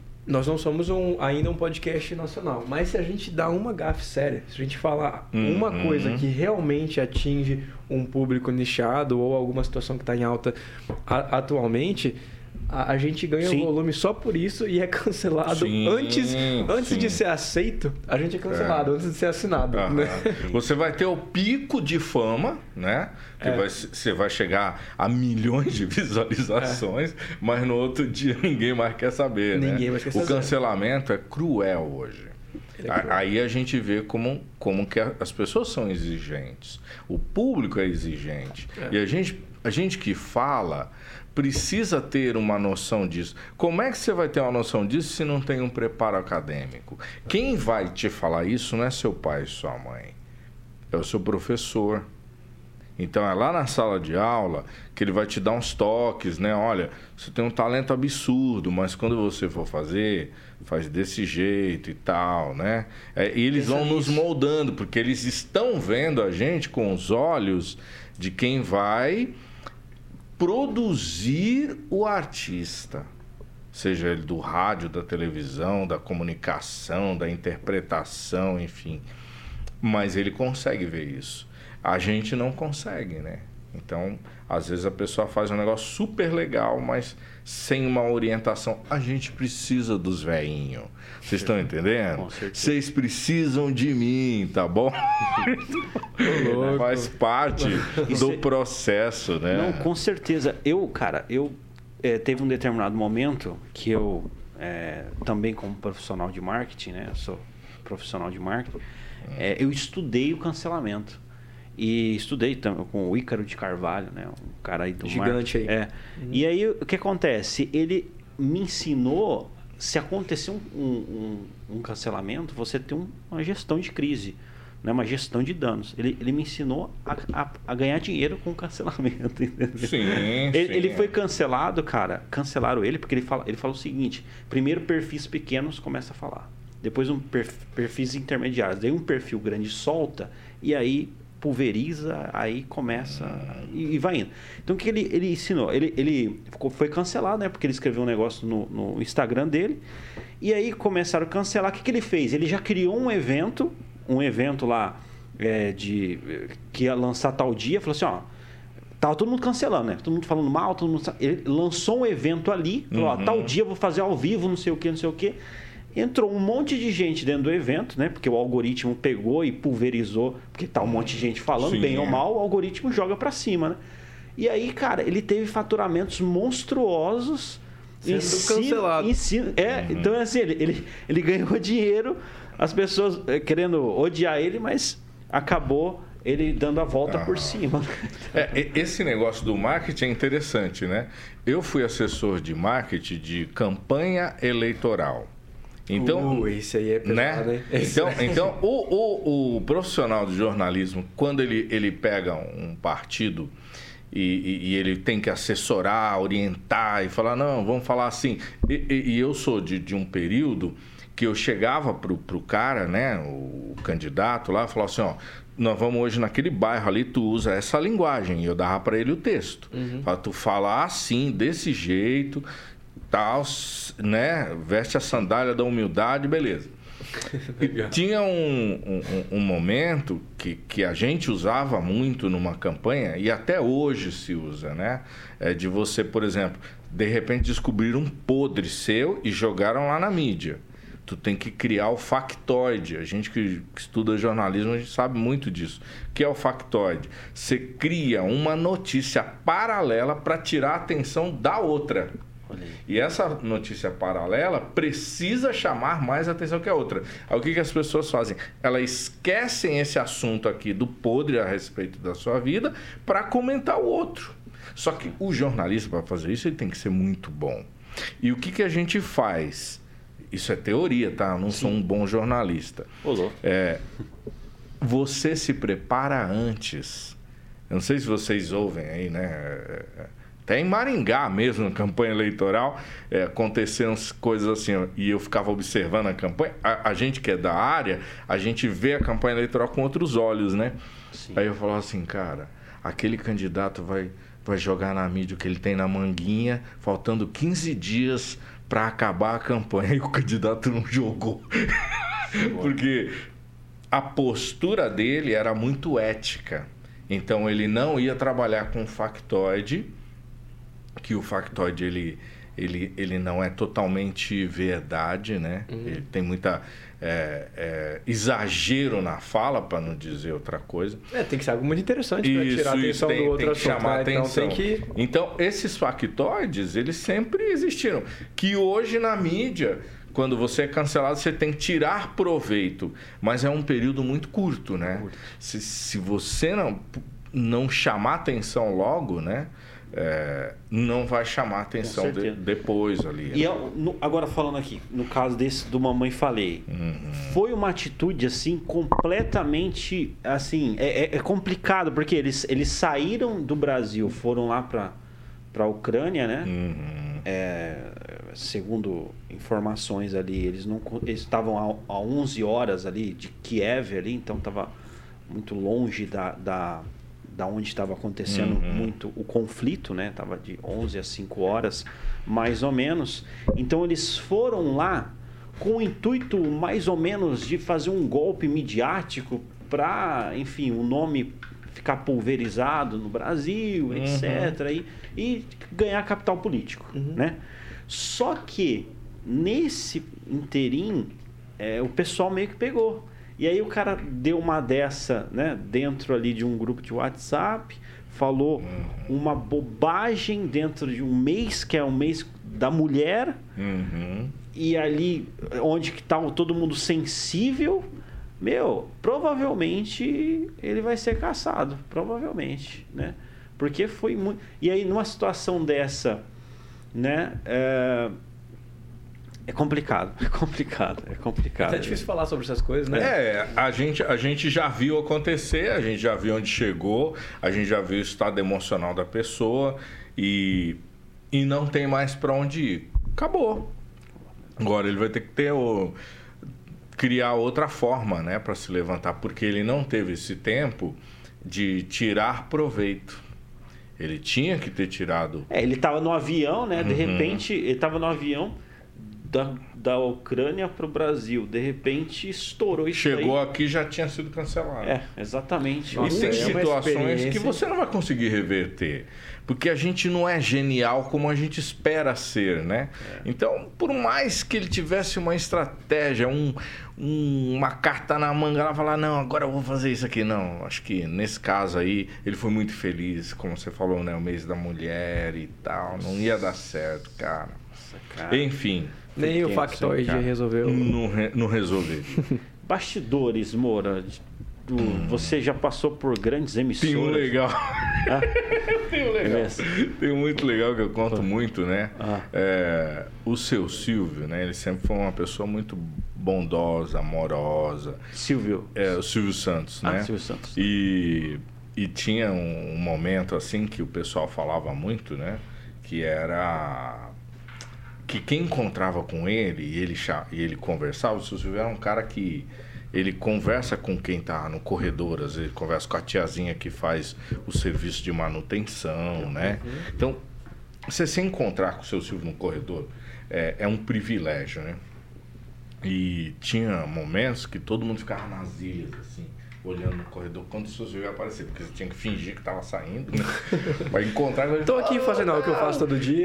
ainda um podcast nacional. Mas se a gente dá uma gafe séria, se a gente falar uma coisa que realmente atinge um público nichado ou alguma situação que está em alta atualmente... A gente ganha volume só por isso e é cancelado antes de ser aceito. A gente é cancelado antes de ser assinado. Né?
Você vai ter o pico de fama, né? Que você vai chegar a milhões de visualizações, mas no outro dia ninguém mais quer saber.
Ninguém
né?
mais quer saber.
O cancelamento é cruel hoje. Aí a gente vê como que as pessoas são exigentes. O público é exigente. E a gente que fala precisa ter uma noção disso. Como é que você vai ter uma noção disso se não tem um preparo acadêmico? Quem vai te falar isso não é seu pai e sua mãe. É o seu professor. Então é lá na sala de aula que ele vai te dar uns toques, né? Olha, você tem um talento absurdo, mas quando você for fazer, faz desse jeito e tal, né? E eles vão nos moldando, porque eles estão vendo a gente com os olhos de quem vai produzir o artista. Seja ele do rádio, da televisão, da comunicação, da interpretação, enfim. Mas ele consegue ver isso. A gente não consegue, né? Então, às vezes a pessoa faz um negócio super legal, mas sem uma orientação. A gente precisa dos velhinhos. Vocês estão entendendo? Vocês precisam de mim, tá bom? Faz parte do processo, né?
Não, com certeza. Teve um determinado momento que eu, também como profissional de marketing, né? Eu sou profissional de marketing. Eu estudei o cancelamento. E estudei também com o Ícaro de Carvalho, né? Um cara aí do
gigante
marketing.
aí.
E aí, o que acontece? Ele me ensinou, se acontecer um cancelamento, você tem uma gestão de crise. né, uma gestão de danos. Ele me ensinou a ganhar dinheiro com cancelamento. Entendeu?
Sim,
ele foi cancelado, cara. Cancelaram ele porque ele fala o seguinte: primeiro perfis pequenos começa a falar, depois perfis intermediários, daí um perfil grande solta e aí pulveriza, aí começa e vai indo. Então o que ele ensinou? Ele foi cancelado, né? Porque ele escreveu um negócio no Instagram dele e aí começaram a cancelar. O que ele fez? Ele já criou um evento lá que ia lançar tal dia, falou assim, ó, tava todo mundo cancelando, né? Todo mundo falando mal, ele lançou um evento ali, falou, ó, tal dia eu vou fazer ao vivo, não sei o que. Entrou um monte de gente dentro do evento, né? Porque o algoritmo pegou e pulverizou, porque tá um monte de gente falando, bem ou mal, o algoritmo joga para cima, né? E aí, cara, ele teve faturamentos monstruosos
sendo cancelado.
Então, assim, ele ganhou dinheiro, as pessoas querendo odiar ele, mas acabou ele dando a volta por cima.
Esse negócio do marketing é interessante, né? Eu fui assessor de marketing de campanha eleitoral. Então,
esse aí é pesado,
né?
Hein?
Então o profissional de jornalismo, quando ele pega um partido e ele tem que assessorar, orientar e falar, não, vamos falar assim. E eu sou de um período que eu chegava pro cara, né, o candidato lá, falava assim, ó, nós vamos hoje naquele bairro ali, tu usa essa linguagem. E eu dava para ele o texto. Tu fala assim, desse jeito, tal, né, veste a sandália da humildade, beleza. Tinha um momento que a gente usava muito numa campanha, e até hoje se usa, né? De você, por exemplo, de repente descobrir um podre seu e jogaram lá na mídia. Tu tem que criar o factoide. A gente que estuda jornalismo, a gente sabe muito disso. O que é o factoide? Você cria uma notícia paralela para tirar a atenção da outra. E essa notícia paralela precisa chamar mais atenção que a outra. Aí o que as pessoas fazem? Elas esquecem esse assunto aqui do podre a respeito da sua vida para comentar o outro. Só que o jornalista, para fazer isso, ele tem que ser muito bom. E o que a gente faz? Isso é teoria, tá? Eu não sou um bom jornalista. Você se prepara antes. Eu não sei se vocês ouvem aí, né? Até em Maringá mesmo, na campanha eleitoral, aconteceram coisas assim, e eu ficava observando a campanha. A gente que é da área, a gente vê a campanha eleitoral com outros olhos, né? Sim. Aí eu falava assim, cara, aquele candidato vai jogar na mídia o que ele tem na manguinha, faltando 15 dias para acabar a campanha, e o candidato não jogou. Porque a postura dele era muito ética. Então ele não ia trabalhar com factoide, que o factoide ele não é totalmente verdade, né? Ele tem muita exagero na fala, para não dizer outra coisa.
Tem que ser algo muito interessante para tirar a atenção do outro
tem que
assunto,
chamar
né?
atenção.
Então,
Então, esses factoides, eles sempre existiram. Que hoje na mídia, quando você é cancelado, você tem que tirar proveito. Mas é um período muito curto, né? Se você não chamar atenção logo, né? Não vai chamar atenção depois ali.
E agora falando aqui, no caso desse do Mamãe Falei, foi uma atitude assim completamente assim, é complicado, porque eles saíram do Brasil, foram lá para a Ucrânia, né? Segundo informações ali, eles estavam a 11 horas ali de Kiev ali, então estava muito longe da onde estava acontecendo muito o conflito, né? Tava de 11 a 5 horas, mais ou menos. Então eles foram lá com o intuito mais ou menos de fazer um golpe midiático para, enfim, o nome ficar pulverizado no Brasil, etc. E ganhar capital político, né? Só que nesse interim, o pessoal meio que pegou. E aí o cara deu uma dessa, né, dentro ali de um grupo de WhatsApp, falou uma bobagem dentro de um mês, que é um mês da mulher, e ali onde que tá todo mundo sensível, provavelmente ele vai ser caçado, provavelmente, né? Porque foi muito... E aí numa situação dessa, né, É complicado.
É difícil falar sobre essas coisas, né?
A gente já viu acontecer, a gente já viu onde chegou, a gente já viu o estado emocional da pessoa e não tem mais para onde ir. Acabou. Agora ele vai ter que criar outra forma, né, para se levantar, porque ele não teve esse tempo de tirar proveito. Ele tinha que ter tirado.
Ele estava no avião, né? De repente, ele estava no avião da Ucrânia para o Brasil. De repente, estourou isso.
Chegou aqui e já tinha sido cancelado.
Exatamente.
E tem situações que você não vai conseguir reverter. Porque a gente não é genial como a gente espera ser, né? Então, por mais que ele tivesse uma estratégia, uma carta na manga, ela falar, não, agora eu vou fazer isso aqui. Não, acho que nesse caso aí, ele foi muito feliz, como você falou, né? O mês da mulher e tal. Não ia dar certo, cara.
Nossa, cara.
Enfim.
Nem o factoide resolveu.
Não resolveu.
Bastidores, Moura. Você já passou por grandes emissoras.
Tem um legal. Tem um legal.
É
Tem um muito legal que eu conto muito, né? O seu Silvio, né? Ele sempre foi uma pessoa muito bondosa, amorosa.
Silvio?
O Silvio Santos, né?
Silvio Santos.
E tinha um momento assim que o pessoal falava muito, né? Que era que quem encontrava com ele e ele conversava, o seu Silvio era um cara que ele conversa com quem está no corredor, às vezes ele conversa com a tiazinha que faz o serviço de manutenção, né? Então, você se encontrar com o seu Silvio no corredor é um privilégio, né? E tinha momentos que todo mundo ficava nas ilhas, assim, olhando no corredor quando o seu Silvio ia aparecer, porque você tinha que fingir que estava saindo, né? Vai encontrar com ele.
Tô aqui fazendo algo que eu faço todo dia.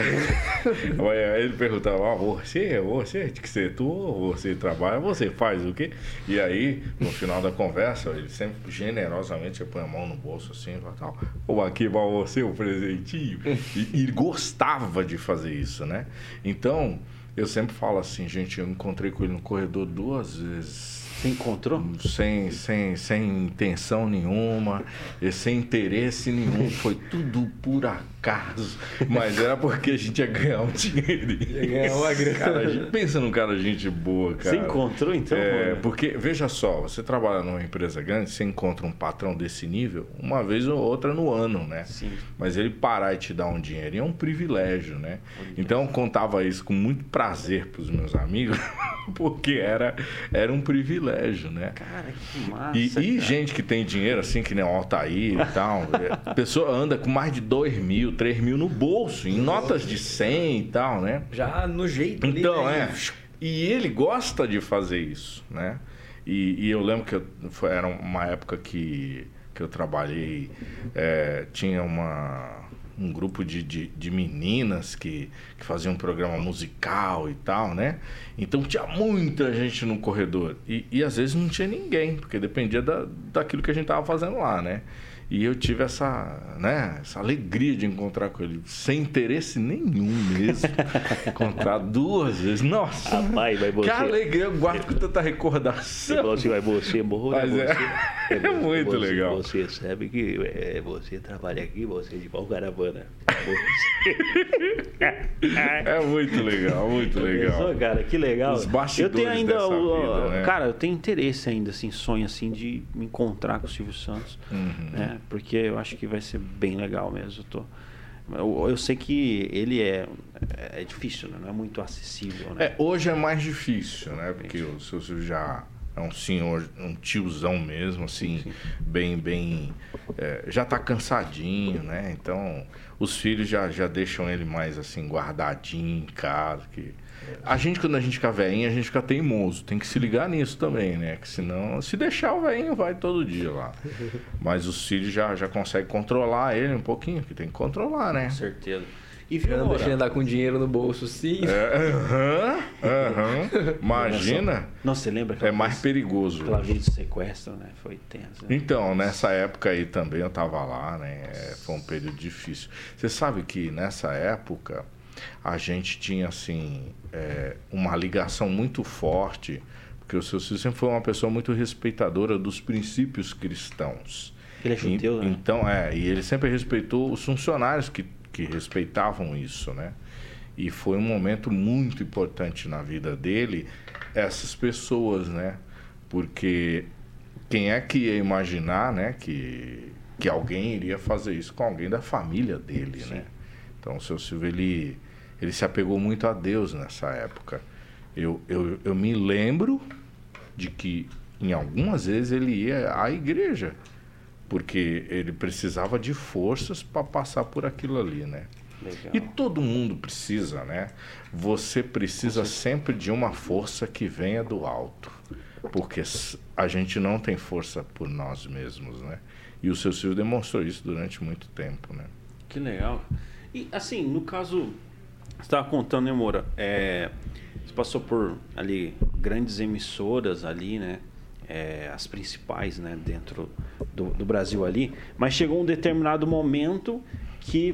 Aí ele perguntava, você que você você trabalha, você faz o quê? E aí, no final da conversa, ele sempre generosamente põe a mão no bolso assim e fala, ou aqui pra você o presentinho. E gostava de fazer isso, né? Então, eu sempre falo assim, gente, eu encontrei com ele no corredor 2 vezes.
Você encontrou?
Sem intenção nenhuma, e sem interesse nenhum, foi tudo por acaso, mas era porque a gente ia ganhar um dinheirinho.
Ia ganhar uma grana.
Cara, a gente pensa num cara gente boa, cara.
Você encontrou então?
Porque, veja só, você trabalha numa empresa grande, você encontra um patrão desse nível uma vez ou outra no ano, né?
Sim.
Mas ele parar e te dar um dinheirinho é um privilégio, né? Então eu contava isso com muito prazer pros meus amigos, porque era um privilégio. Né?
Cara, que massa.
E gente que tem dinheiro, assim, que nem o Altair e tal, a pessoa anda com mais de 2 mil, 3 mil no bolso, em notas de 100 e tal, né?
Já no jeito ali,
então,
né?
E ele gosta de fazer isso, né? E eu lembro que era uma época que eu trabalhei, tinha um grupo de meninas que faziam um programa musical e tal, né? Então tinha muita gente no corredor. E às vezes não tinha ninguém, porque dependia daquilo que a gente tava fazendo lá, né? E eu tive essa alegria de encontrar com ele, sem interesse nenhum mesmo. Encontrar 2 vezes. Nossa!
Rapaz, vai você.
Que alegria, eu guardo com tanta recordação.
Você morreu,
mas é muito legal.
Você sabe que você trabalha aqui, você de pau caravana.
É muito legal, muito legal.
Pensou, cara, que legal.
Os bastidores
eu tenho ainda
dessa vida, né?
Cara, eu tenho interesse ainda, assim, sonho assim de me encontrar com o Silvio Santos, né? Porque eu acho que vai ser bem legal mesmo. Eu sei que ele é difícil, né? Não é muito acessível, né?
Hoje é mais difícil, né? Porque o seu Silvio já é um senhor, um tiozão mesmo, assim, sim. bem já tá cansadinho, né? Então, os filhos já deixam ele mais, assim, guardadinho em casa, que... quando a gente fica velhinho, a gente fica teimoso. Tem que se ligar nisso também, né? Que senão, se deixar o velhinho, vai todo dia lá. Mas os filhos já conseguem controlar ele um pouquinho, que tem que controlar, né?
Com certeza. E
não deixa ele andar com dinheiro no bolso, sim.
Imagina.
Não, você lembra?
É mais perigoso.
Aquela vez de sequestro, né? Foi tenso. Né?
Então, nessa época aí também eu tava lá, né? Foi um período difícil. Você sabe que nessa época a gente tinha, assim, uma ligação muito forte, porque o seu Silvio sempre foi uma pessoa muito respeitadora dos princípios cristãos.
Ele é judeu, né?
Então, e ele sempre respeitou os funcionários que respeitavam isso, né? E foi um momento muito importante na vida dele, essas pessoas, né? Porque quem é que ia imaginar, né, que alguém iria fazer isso com alguém da família dele, né? Então, o seu Silvio, ele se apegou muito a Deus nessa época. Eu me lembro de que, em algumas vezes, ele ia à igreja, porque ele precisava de forças para passar por aquilo ali, né?
Legal.
E todo mundo precisa, né? Você precisa sempre de uma força que venha do alto, porque a gente não tem força por nós mesmos, né? E o seu Silvio demonstrou isso durante muito tempo, né?
Que legal. E assim, no caso, você estava contando, né, Moura? Você passou por ali grandes emissoras ali, né? As principais, né, dentro do Brasil ali, mas chegou um determinado momento que,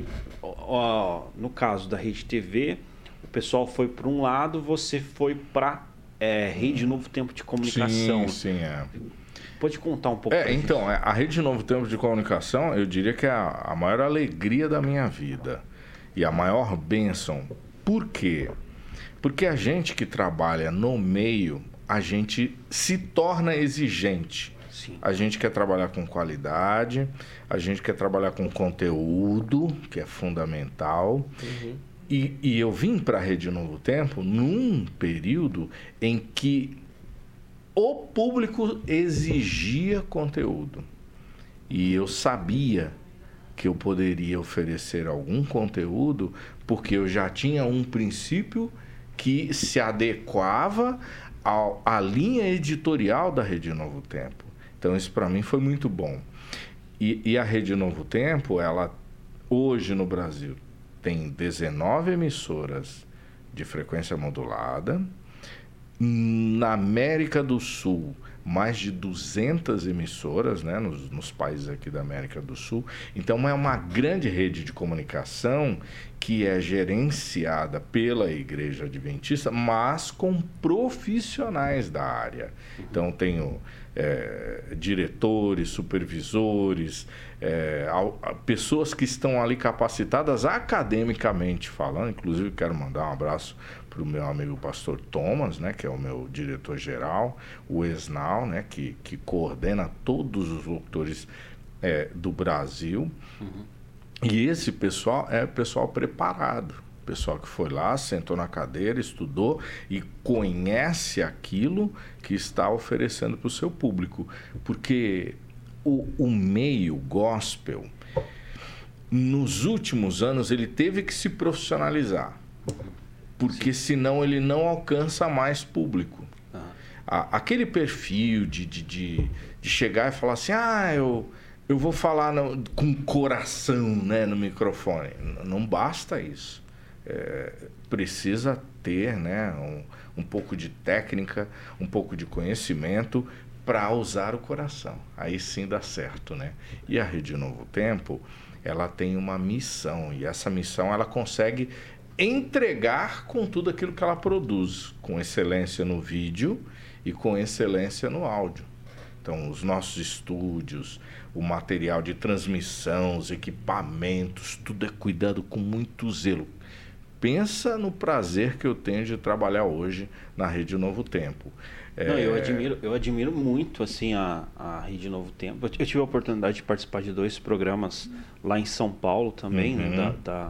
no caso da Rede TV, o pessoal foi para um lado, você foi para Rede Novo Tempo de Comunicação.
Sim,
Pode contar um pouco?
Então, a Rede Novo Tempo de Comunicação, eu diria que é a maior alegria da minha vida e a maior bênção. Por quê? Porque a gente que trabalha no meio, a gente se torna exigente.
Sim.
A gente quer trabalhar com qualidade, a gente quer trabalhar com conteúdo, que é fundamental.
Uhum.
E eu vim para a Rede Novo Tempo num período em que o público exigia conteúdo. E eu sabia que eu poderia oferecer algum conteúdo porque eu já tinha um princípio que se adequava à linha editorial da Rede Novo Tempo. Então, isso para mim foi muito bom. E a Rede Novo Tempo, ela hoje no Brasil tem 19 emissoras de frequência modulada. Na América do Sul, mais de 200 emissoras, né, nos países aqui da América do Sul. Então, é uma grande rede de comunicação que é gerenciada pela Igreja Adventista, mas com profissionais da área. Então, tenho diretores, supervisores, pessoas que estão ali capacitadas academicamente falando. Inclusive, quero mandar um abraço para o meu amigo pastor Thomas, né, que é o meu diretor-geral, o Esnal, né, que coordena todos os locutores do Brasil.
Uhum.
E esse pessoal é pessoal preparado, pessoal que foi lá, sentou na cadeira, estudou e conhece aquilo que está oferecendo para o seu público. Porque o meio gospel, nos últimos anos, ele teve que se profissionalizar. Porque senão ele não alcança mais público. Aquele perfil de chegar e falar assim, eu vou falar com coração, né, no microfone. Não basta isso. Precisa ter, né, um pouco de técnica, um pouco de conhecimento para usar o coração. Aí sim dá certo, né? E a Rede Novo Tempo, ela tem uma missão. E essa missão ela consegue entregar com tudo aquilo que ela produz, com excelência no vídeo e com excelência no áudio. Então, os nossos estúdios, o material de transmissão, os equipamentos, tudo é cuidado com muito zelo. Pensa no prazer que eu tenho de trabalhar hoje na Rede Novo Tempo.
Não, eu admiro muito assim a Rede Novo Tempo. Eu tive a oportunidade de participar de 2 programas lá em São Paulo também, né,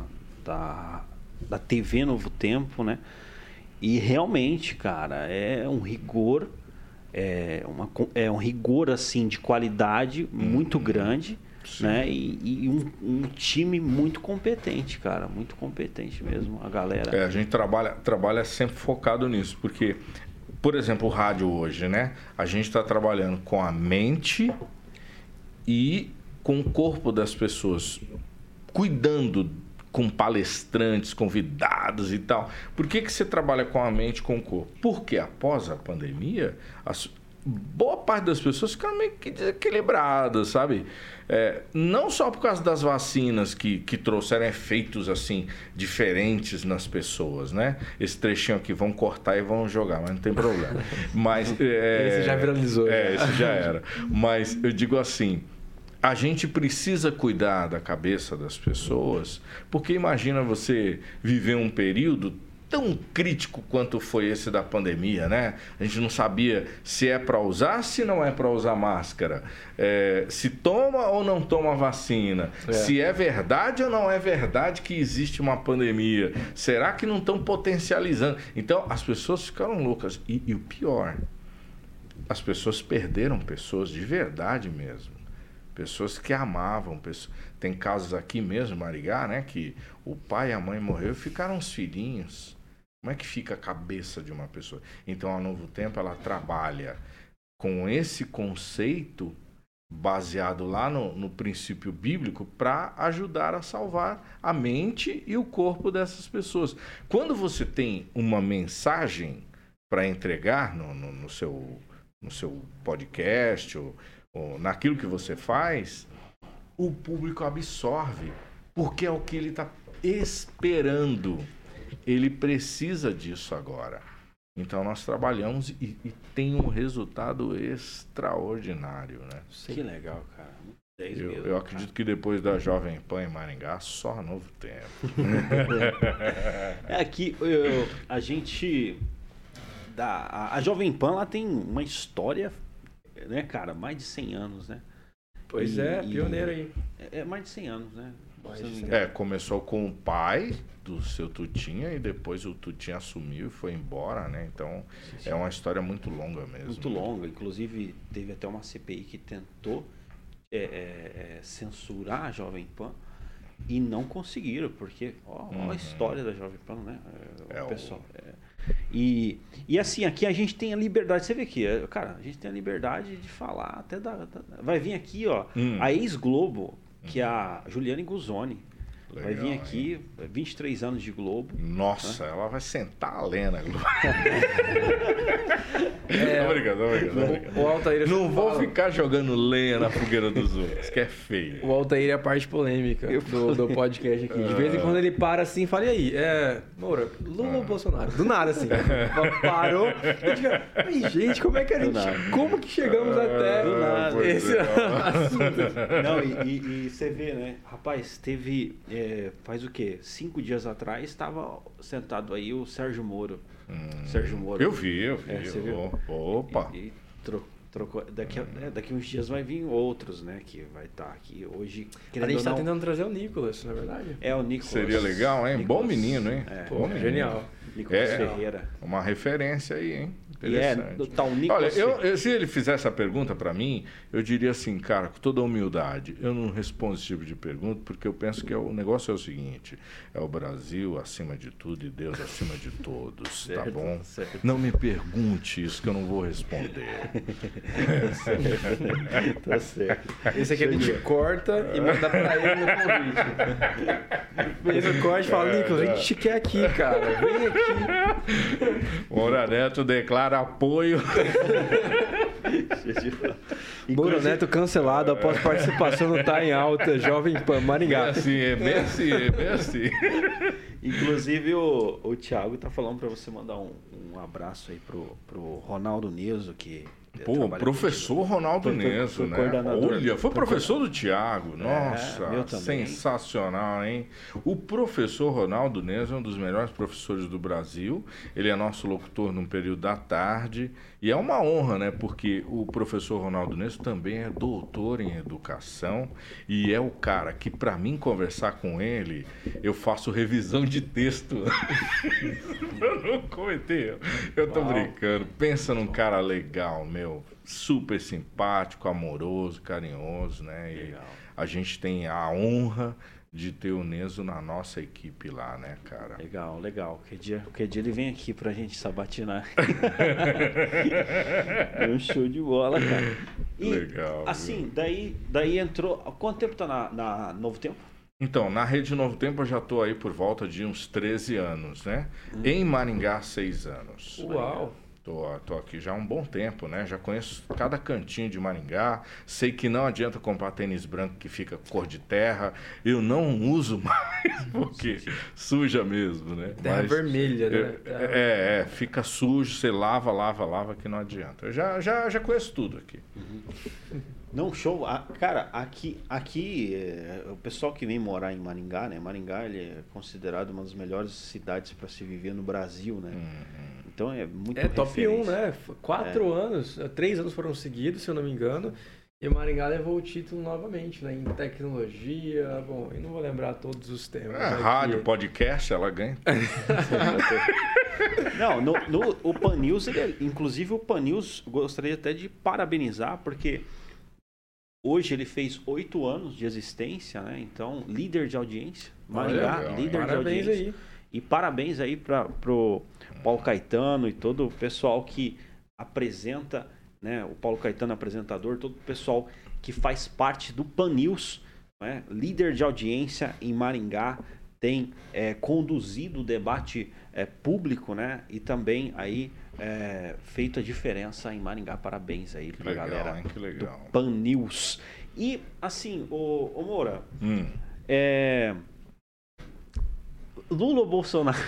da TV Novo Tempo, né? E realmente, cara, é um rigor, um rigor assim de qualidade muito grande, né? E um time muito competente, cara, muito competente mesmo, a galera.
A gente trabalha sempre focado nisso, porque, por exemplo, o rádio hoje, né? A gente está trabalhando com a mente e com o corpo das pessoas, cuidando com palestrantes, convidados e tal. Por que você trabalha com a mente e com o corpo? Porque após a pandemia, boa parte das pessoas ficaram meio que desequilibradas, sabe? Não só por causa das vacinas que trouxeram efeitos assim diferentes nas pessoas, né? Esse trechinho aqui vão cortar e vão jogar, mas não tem problema. Mas,
esse já viralizou.
Esse já era. Mas eu digo assim, a gente precisa cuidar da cabeça das pessoas, porque imagina você viver um período tão crítico quanto foi esse da pandemia, né? A gente não sabia se é para usar, se não é para usar máscara, se toma ou não toma vacina, se é verdade ou não é verdade que existe uma pandemia, será que não estão potencializando? Então, as pessoas ficaram loucas. E o pior, as pessoas perderam pessoas de verdade mesmo. Pessoas que amavam. Tem casos aqui mesmo, Maringá, né? Que o pai e a mãe morreram e ficaram os filhinhos. Como é que fica a cabeça de uma pessoa? Então, a Novo Tempo, ela trabalha com esse conceito baseado lá no princípio bíblico para ajudar a salvar a mente e o corpo dessas pessoas. Quando você tem uma mensagem para entregar no seu podcast ou naquilo que você faz, o público absorve, porque é o que ele está esperando. Ele precisa disso agora. Então nós trabalhamos e tem um resultado extraordinário, né?
Que legal, cara.
Eu acredito que depois da Jovem Pan em Maringá, só Novo Tempo.
Aqui a gente... A Jovem Pan lá tem uma história, né, cara? Mais de 100 anos, né?
Pois pioneiro aí.
É mais de 100 anos, né?
Começou com o pai do seu Tutinha e depois o Tutinha assumiu e foi embora, né? Então, sim. É uma história muito longa mesmo.
Muito longa. Inclusive, teve até uma CPI que tentou censurar a Jovem Pan e não conseguiram, porque a história da Jovem Pan, né? O pessoal... E assim, aqui a gente tem a liberdade, você vê aqui, cara, a gente tem a liberdade de falar até vai vir aqui, ó, a ex-Globo, que é a Juliane Guzoni. Legal, vai vir aqui, 23 anos de Globo.
Nossa, né? Ela vai sentar a Lena. Obrigado.
O Altair
não vou ficar jogando lenha na fogueira dos outros, que é feio.
O Altair é a parte polêmica do podcast aqui. De vez em quando ele para assim e fala, e aí? Moura, Lula ou Bolsonaro? Do nada, assim. Parou. Gente, como é que como que chegamos até
do nada.
Esse assunto?
Não, e você vê, né? Rapaz, teve... faz o quê? 5 dias atrás estava sentado aí o Sérgio Moro. Sérgio Moro.
Eu vi.
Você viu?
Opa!
E trocou. Daqui uns dias vai vir outros, né? Que vai estar aqui hoje.
A gente está tentando trazer o Nicolas, na verdade.
O Nicolas.
Seria legal, hein?
Nicolas,
bom menino, hein?
Bom menino. Genial.
Nicolas Ferreira.
Uma referência aí, hein? Interessante.
Tá o Nicolas.
Olha, se ele fizer essa pergunta para mim, eu diria assim, cara, com toda a humildade, eu não respondo esse tipo de pergunta, porque eu penso que o negócio é o seguinte: é o Brasil acima de tudo e Deus acima de todos, tá bom?
Certo.
Não me pergunte isso que eu não vou responder.
Tá certo.
Esse aqui a gente corta e manda pra ele no convite. Fez o corte e fala, Nicolas, a gente te quer aqui, cara. Vem aqui.
Moura Neto declara apoio.
Moura Neto cancelado após participação no Tá em Alta, Jovem Pan, Maringá.
É bem assim.
Inclusive o Thiago tá falando para você mandar um abraço aí pro Ronaldo Neso, que...
Pô, professor Ronaldo Neso, né? Olha, foi professor do Thiago. Nossa, sensacional, hein? O professor Ronaldo Neso é um dos melhores professores do Brasil. Ele é nosso locutor num período da tarde. E é uma honra, né? Porque o professor Ronaldo Neso também é doutor em educação. E é o cara que, para mim, conversar com ele, eu faço revisão de texto. Eu não comentei. Eu tô brincando. Pensa num cara legal, meu. Super simpático, amoroso, carinhoso, né? E a gente tem a honra de ter o Neso na nossa equipe lá, né, cara?
Legal. Qualquer dia ele vem aqui pra gente sabatinar. É um show de bola, cara. E,
legal.
Assim, daí entrou... Quanto tempo tá na Novo Tempo?
Então, na Rede Novo Tempo eu já tô aí por volta de uns 13 anos, né? Em Maringá, 6 anos.
Uau!
Tô aqui já há um bom tempo, né? Já conheço cada cantinho de Maringá. Sei que não adianta comprar tênis branco que fica cor de terra. Eu não uso mais, porque suja mesmo, né?
Terra vermelha, né?
Fica sujo, você lava, que não adianta. Eu já conheço tudo aqui.
Não, show. Cara, aqui o pessoal que vem morar em Maringá, né? Maringá ele é considerado uma das melhores cidades para se viver no Brasil, né? Então é muito
top 1, né? 4 anos, 3 anos foram seguidos, se eu não me engano. E Maringá levou o título novamente, né? Em tecnologia, bom, eu não vou lembrar todos os temas.
Rádio, podcast, ela ganha.
Não, o Pan News, inclusive o Pan News, gostaria até de parabenizar, porque hoje ele fez 8 anos de existência, né? Então, líder de audiência. Maringá, líder de audiência. Aí. E parabéns aí pro Paulo Caetano e todo o pessoal que apresenta, né? O Paulo Caetano apresentador, todo o pessoal que faz parte do Pan News, né? Líder de audiência em Maringá, tem conduzido o debate público, né? E também aí feito a diferença em Maringá. Parabéns aí pra galera do Pan News. E assim, ô Moura, Lula ou Bolsonaro?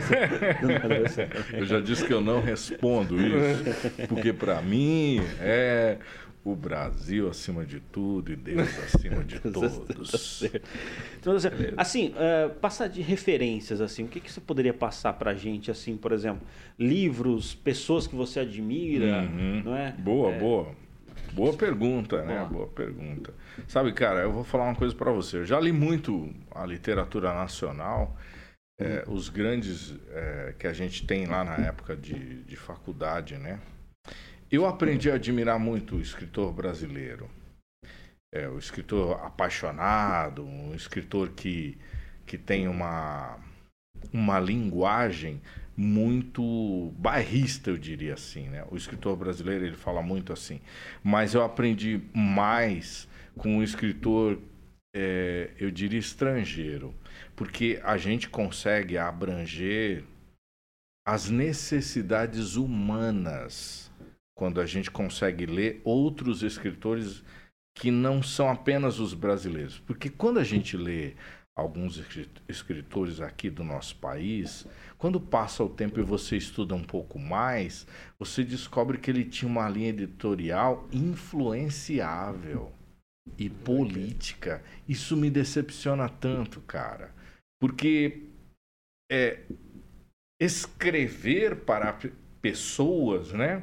Eu já disse que eu não respondo isso, porque para mim é o Brasil acima de tudo e Deus acima de todos.
Então, assim, passar de referências, assim, o que você poderia passar pra gente, assim, por exemplo, livros, pessoas que você admira, não é?
Boa pergunta, né? Boa pergunta. Sabe, cara, eu vou falar uma coisa para você. Eu já li muito a literatura nacional, os grandes que a gente tem lá na época de faculdade, né? Eu aprendi a admirar muito o escritor brasileiro. O escritor apaixonado, um escritor que tem uma linguagem muito bairrista, eu diria assim, né? O escritor brasileiro, ele fala muito assim. Mas eu aprendi mais com um escritor, eu diria estrangeiro, porque a gente consegue abranger as necessidades humanas quando a gente consegue ler outros escritores que não são apenas os brasileiros. Porque quando a gente lê alguns escritores aqui do nosso país, quando passa o tempo e você estuda um pouco mais, você descobre que ele tinha uma linha editorial influenciável e política. Isso me decepciona tanto, cara. Porque escrever para pessoas, né,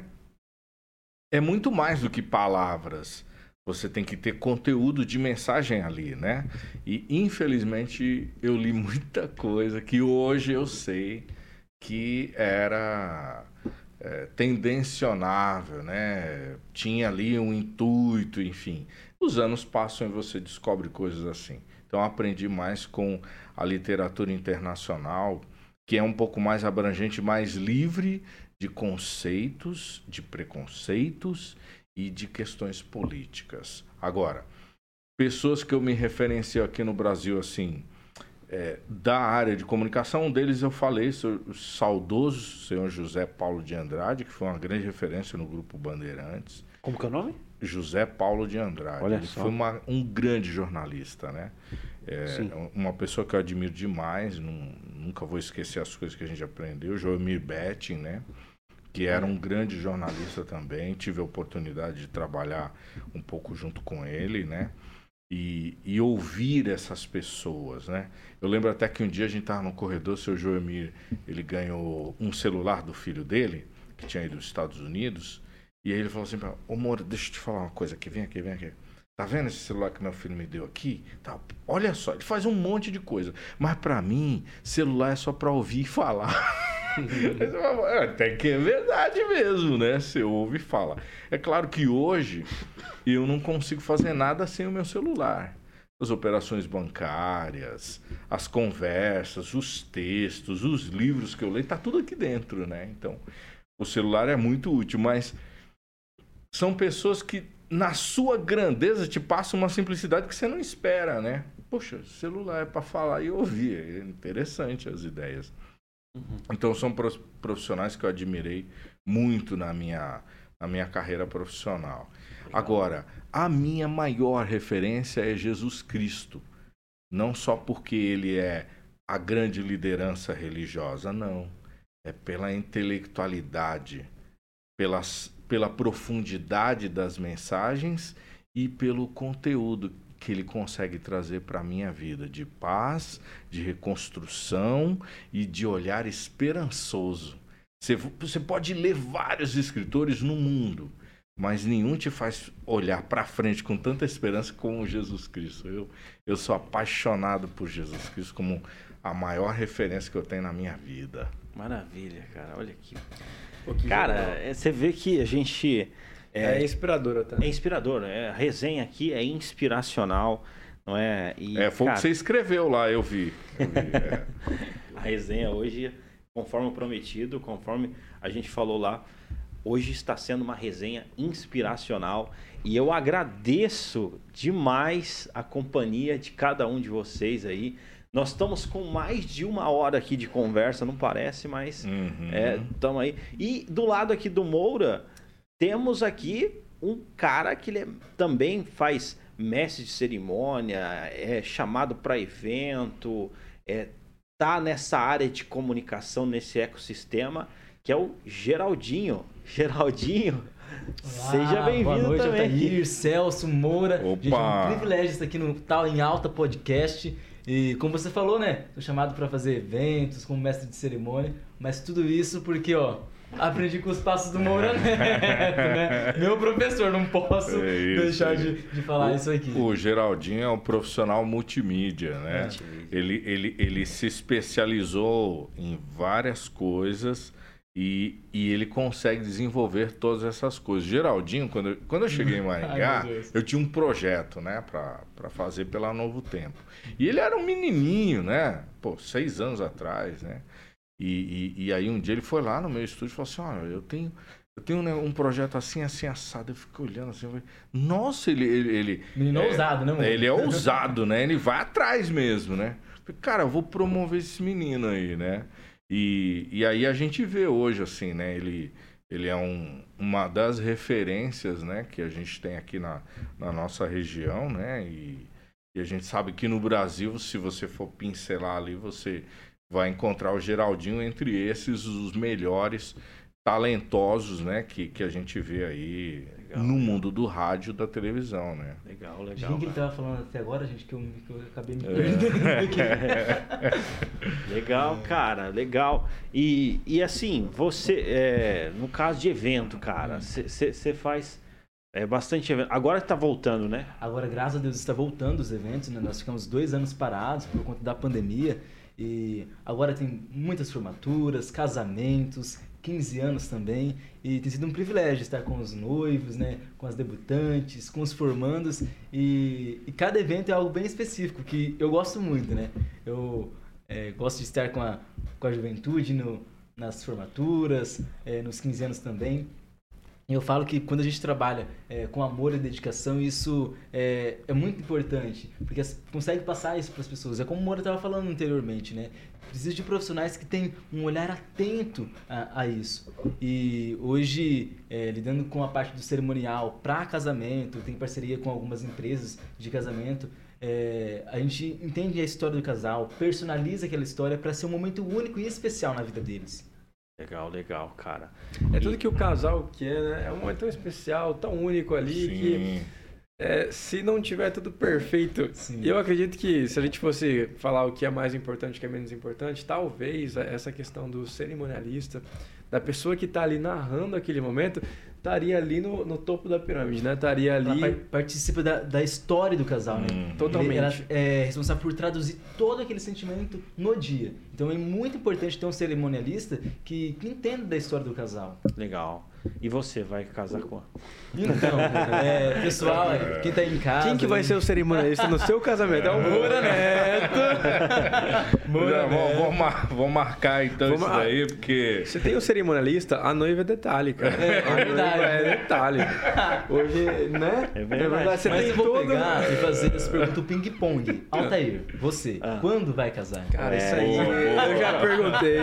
é muito mais do que palavras. Você tem que ter conteúdo de mensagem ali, né? E, infelizmente, eu li muita coisa que hoje eu sei que era tendencionável, né? Tinha ali um intuito, enfim. Os anos passam e você descobre coisas assim. Então, aprendi mais com a literatura internacional, que é um pouco mais abrangente, mais livre de conceitos, de preconceitos e de questões políticas. Agora, pessoas que eu me referencio aqui no Brasil, assim, da área de comunicação, um deles eu falei, o saudoso senhor José Paulo de Andrade, que foi uma grande referência no Grupo Bandeirantes.
Como que é o nome?
José Paulo de Andrade.
Olha
Ele
só.
foi um grande jornalista, né? Uma pessoa que eu admiro demais, nunca vou esquecer as coisas que a gente aprendeu. Joemir Betting, né? Que era um grande jornalista também. Tive a oportunidade de trabalhar um pouco junto com ele, né? E ouvir essas pessoas, né? Eu lembro até que um dia a gente estava no corredor, o seu Joemir, ele ganhou um celular do filho dele, que tinha ido dos Estados Unidos, e aí ele falou assim, ô Moura, deixa eu te falar uma coisa aqui, vem aqui. Tá vendo esse celular que meu filho me deu aqui? Tá, olha só, ele faz um monte de coisa, mas pra mim, celular é só pra ouvir e falar. Até que é verdade mesmo, né? Você ouve e fala. É claro que hoje eu não consigo fazer nada sem o meu celular. As operações bancárias, as conversas, os textos, os livros que eu leio, tá tudo aqui dentro, né? Então, o celular é muito útil, mas são pessoas que, na sua grandeza, te passam uma simplicidade que você não espera, né? Poxa, celular é para falar e ouvir. É interessante as ideias. Então são profissionais que eu admirei muito na minha carreira profissional.
Legal.
Agora, a minha maior referência é Jesus Cristo. Não só porque ele é a grande liderança religiosa, não. É pela intelectualidade, pela profundidade das mensagens e pelo conteúdo que ele consegue trazer para a minha vida, de paz, de reconstrução e de olhar esperançoso. Você pode ler vários escritores no mundo, mas nenhum te faz olhar para frente com tanta esperança como Jesus Cristo. Eu sou apaixonado por Jesus Cristo como a maior referência que eu tenho na minha vida.
Maravilha, cara. Olha aqui. Cara, você vê que a gente...
É inspiradora, tá?
É inspirador. A resenha aqui é inspiracional, não é? E,
foi o que você escreveu lá, eu vi.
A resenha hoje, conforme prometido, conforme a gente falou lá, hoje está sendo uma resenha inspiracional e eu agradeço demais a companhia de cada um de vocês aí. Nós estamos com mais de 1 hora aqui de conversa, não parece, mas estamos aí. E do lado aqui do Moura, temos aqui um cara que ele também faz mestre de cerimônia, é chamado para evento, tá nessa área de comunicação, nesse ecossistema, que é o Geraldinho. Geraldinho, seja bem-vindo.
Boa noite,
também.
Altair, Celso, Moura.
Opa.
Gente, é um privilégio estar aqui no Tal em Alta Podcast. E como você falou, né? Sou chamado para fazer eventos como mestre de cerimônia, mas tudo isso porque, aprendi com os passos do Moura Neto, né? Meu professor, não posso deixar de falar isso aqui.
O Geraldinho é um profissional multimídia, né? Ele se especializou em várias coisas e ele consegue desenvolver todas essas coisas. Geraldinho, quando eu cheguei em Maringá, eu tinha um projeto, né, para fazer pela Novo Tempo. E ele era um menininho, né? 6 anos atrás, né? E aí um dia ele foi lá no meu estúdio e falou assim, olha, eu tenho um projeto assim, assim, assado. Eu fiquei olhando assim, eu falei, nossa, ele
menino ousado, né, mano?
Ele é ousado, né? Ele vai atrás mesmo, né? Eu falei, cara, eu vou promover esse menino aí, né? E aí a gente vê hoje, assim, né? Ele é uma das referências, né? Que a gente tem aqui na nossa região, né? E a gente sabe que no Brasil, se você for pincelar ali, você vai encontrar o Geraldinho entre esses, os melhores talentosos, né, que a gente vê aí no mundo do rádio e da televisão, né?
Legal.
De quem que ele tava falando até agora, gente, que eu acabei me perdendo aqui.
Legal, cara, legal. E assim, você, no caso de evento, cara, você faz bastante evento. Agora tá voltando, né?
Agora, graças a Deus, está voltando os eventos, né? Nós ficamos 2 anos parados por conta da pandemia. E agora tem muitas formaturas, casamentos, 15 anos também, e tem sido um privilégio estar com os noivos, né, com as debutantes, com os formandos, e cada evento é algo bem específico, que eu gosto muito, né? Eu gosto de estar com a juventude nas formaturas, nos 15 anos também. Eu falo que quando a gente trabalha com amor e dedicação, isso é muito importante, porque consegue passar isso para as pessoas. É como o Moura estava falando anteriormente, né? Precisa de profissionais que têm um olhar atento a isso. E hoje, lidando com a parte do cerimonial para casamento, tem parceria com algumas empresas de casamento, a gente entende a história do casal, personaliza aquela história para ser um momento único e especial na vida deles.
Legal, cara.
É tudo que o casal quer, né? É um momento tão especial, tão único ali, que se não tiver tudo perfeito, eu acredito que se a gente fosse falar o que é mais importante, o que é menos importante, talvez essa questão do cerimonialista, da pessoa que está ali narrando aquele momento, estaria ali no topo da pirâmide, né? Estaria ali...
Ela participa da história do casal, né?
Totalmente.
Ela é responsável por traduzir todo aquele sentimento no dia. Então é muito importante ter um cerimonialista que entenda da história do casal.
Legal. E você vai casar com?
Então, pessoal, quem tá em casa...
Quem que vai ser o cerimonialista no seu casamento? É o Moura Neto.
Vamos marcar então isso daí, porque...
Você tem o cerimonialista, a noiva é detalhe, cara.
É verdade.
É detalhe. Hoje, né?
É verdade.
Você
Mas
tem
eu vou
todo...
pegar e fazer essa pergunta ping-pong. Altair, você, quando vai casar?
Cara, isso aí eu já perguntei.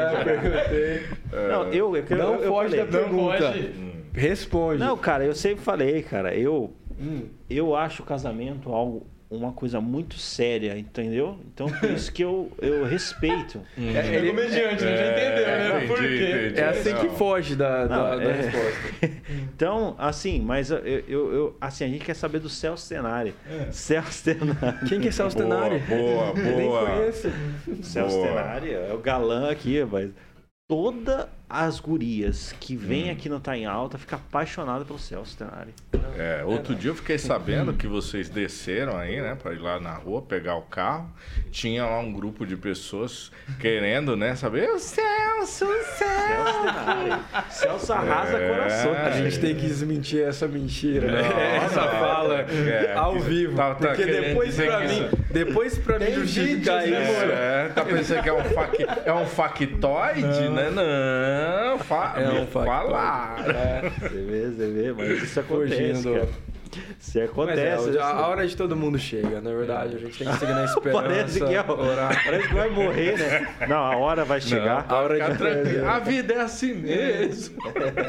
Não, eu
foge
falei,
da pergunta. Responde.
Não, cara, eu sempre falei, cara, eu acho o casamento uma coisa muito séria, entendeu? Então, por isso que eu respeito.
Ele é comediante, já entendeu, né? Por quê? É assim que foge da resposta.
Então, assim, mas assim, a gente quer saber do Celso Tenari. Celso Tenari.
Quem que é Celso Tenari?
Boa.
Nem conheço.
Celso Tenari é o galã aqui, mas todas as gurias que vêm aqui no Tá em Alta ficam apaixonadas pelo Celso Tenari.
Outro dia eu fiquei sabendo que vocês desceram aí, né, para ir lá na rua pegar o carro. Tinha lá um grupo de pessoas querendo, né, saber o Celso
Tenari. Celso arrasa coração.
A gente tem que desmentir essa mentira, essa fala ao vivo. Porque depois pra mim justificar isso.
Tá pensando que é um factoide, né? Não, falar.
Você vê, mas isso acontece, cara. Isso acontece.
Mas a hora de todo mundo chega, na verdade. A gente tem que seguir na esperança.
Parece que vai morrer, né? Não, a hora vai chegar.
A vida é assim mesmo.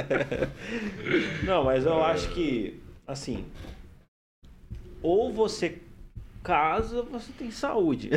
Não, mas eu acho que, assim, ou você casa, você tem saúde.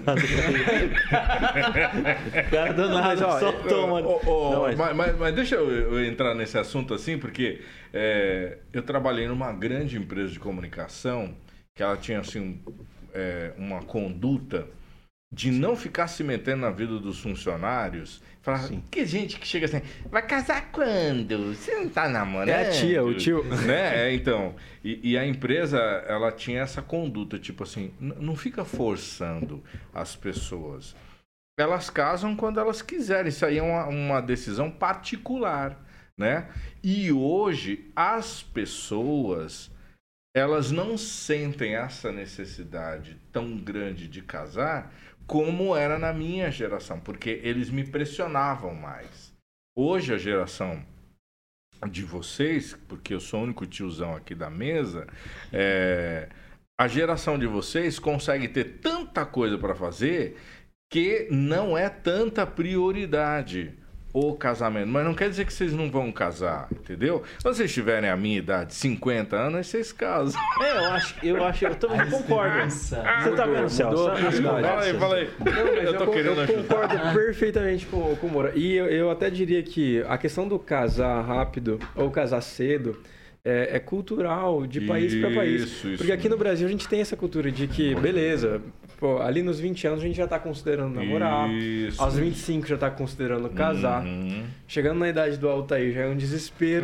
O cara do nada só toma.
Mas deixa eu entrar nesse assunto assim, porque eu trabalhei numa grande empresa de comunicação que ela tinha assim, uma conduta de não ficar se metendo na vida dos funcionários. Falar, que gente que chega assim, vai casar quando? Você não tá namorando?
É a tia, o tio.
Né? Então, e a empresa, ela tinha essa conduta, tipo assim, não fica forçando as pessoas. Elas casam quando elas quiserem, isso aí é uma decisão particular, né? E hoje, as pessoas, elas não sentem essa necessidade tão grande de casar como era na minha geração, porque eles me pressionavam mais. Hoje a geração de vocês, porque eu sou o único tiozão aqui da mesa, a geração de vocês consegue ter tanta coisa para fazer que não é tanta prioridade o casamento. Mas não quer dizer que vocês não vão casar, entendeu? Se vocês tiverem a minha idade, 50 anos, aí vocês casam.
Eu também concordo. Você tá vendo, Celso?
Fala aí.
Eu concordo perfeitamente com o Moura. E eu até diria que a questão do casar rápido ou casar cedo é cultural de país para país. Porque aqui no Brasil a gente tem essa cultura de que, beleza, ali nos 20 anos a gente já está considerando namorar, aos 25 já está considerando casar, chegando na idade do Altair já é um desespero,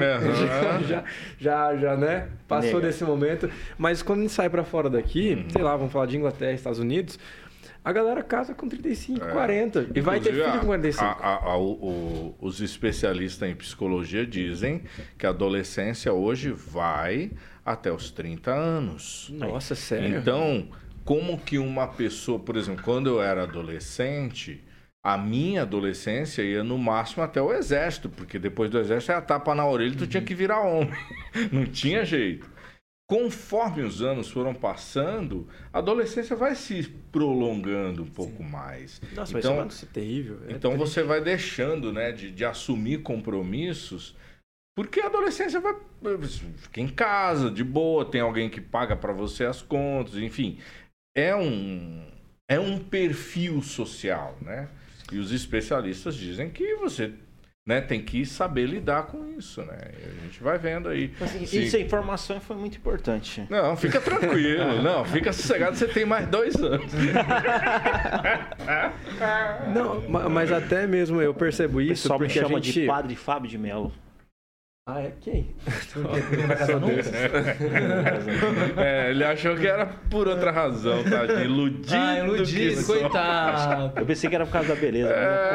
já né, passou desse momento, mas quando a gente sai para fora daqui, sei lá, vamos falar de Inglaterra, Estados Unidos, a galera casa com 35, 40 e vai ter filho com 45.
Os especialistas em psicologia dizem que a adolescência hoje vai até os 30 anos.
Nossa, sério?
Então, como que uma pessoa, por exemplo, quando eu era adolescente, a minha adolescência ia no máximo até o exército, porque depois do exército era tapa na orelha e tu tinha que virar homem. Não tinha jeito. Conforme os anos foram passando, a adolescência vai se prolongando um pouco mais.
Nossa, então, mas isso é terrível.
Então você vai deixando, né, de assumir compromissos, porque a adolescência vai ficar em casa, de boa, tem alguém que paga para você as contas, enfim. É um perfil social, né? E os especialistas dizem que você, né, tem que saber lidar com isso, né? E a gente vai vendo aí.
Essa informação foi muito importante.
Não, fica tranquilo. Não, fica sossegado, você tem mais 2 anos.
Não, mas até mesmo eu percebo isso,
porque
me chama
de Padre Fábio de Mello.
Ah, é quem?
Porque não vai casar nunca?
Ele achou que era por outra razão, tá? Iludido.
Iludido, coitado.
Eu pensei que era por causa da beleza.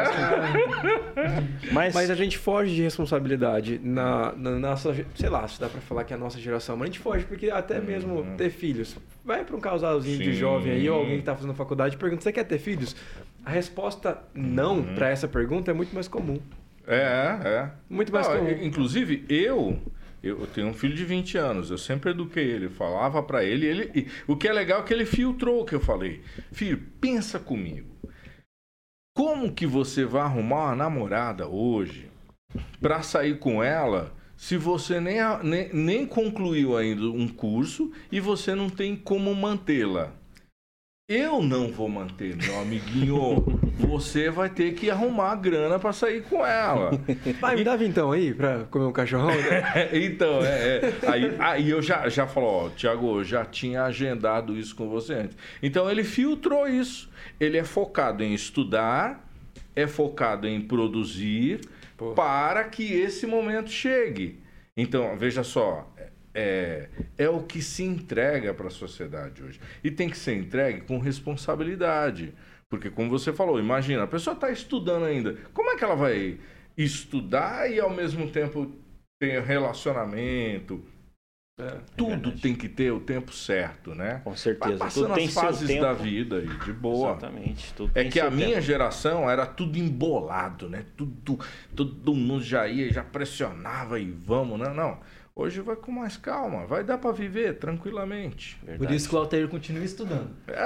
Mas
Mas a gente foge de responsabilidade na nossa, sei lá, se dá pra falar que é a nossa geração, mas a gente foge porque até mesmo ter filhos. Vai pra um casalzinho de jovem aí, ou alguém que tá fazendo faculdade e pergunta, você quer ter filhos? A resposta não pra essa pergunta é muito mais comum. Muito mais comum.
Inclusive, eu tenho um filho de 20 anos, eu sempre eduquei ele, falava pra ele, e o que é legal é que ele filtrou o que eu falei. Filho, pensa comigo. Como que você vai arrumar uma namorada hoje pra sair com ela se você nem concluiu ainda um curso e você não tem como mantê-la? Eu não vou manter, meu amiguinho. Você vai ter que arrumar grana pra sair com ela.
Pai, me dá vintão aí pra comer um cachorrão?
Então, Aí eu já falo, ó, Thiago, eu já tinha agendado isso com você antes. Então ele filtrou isso. Ele é focado em estudar, é focado em produzir para que esse momento chegue. Então, veja só, é o que se entrega para a sociedade hoje. E tem que ser entregue com responsabilidade. Porque, como você falou, imagina, a pessoa está estudando ainda. Como é que ela vai estudar e, ao mesmo tempo, ter relacionamento? Tudo tem que ter o tempo certo, né?
Com certeza.
Vai passando
Tudo tem
as fases
seu tempo.
da vida aí, de boa.
Exatamente. Tudo
É
tem
que
seu
a minha
tempo.
geração era tudo embolado, né? Todo mundo já ia, já pressionava e vamos, né? Não. Hoje vai com mais calma, vai dar para viver tranquilamente.
Verdade.
Por isso que o Altair continua estudando.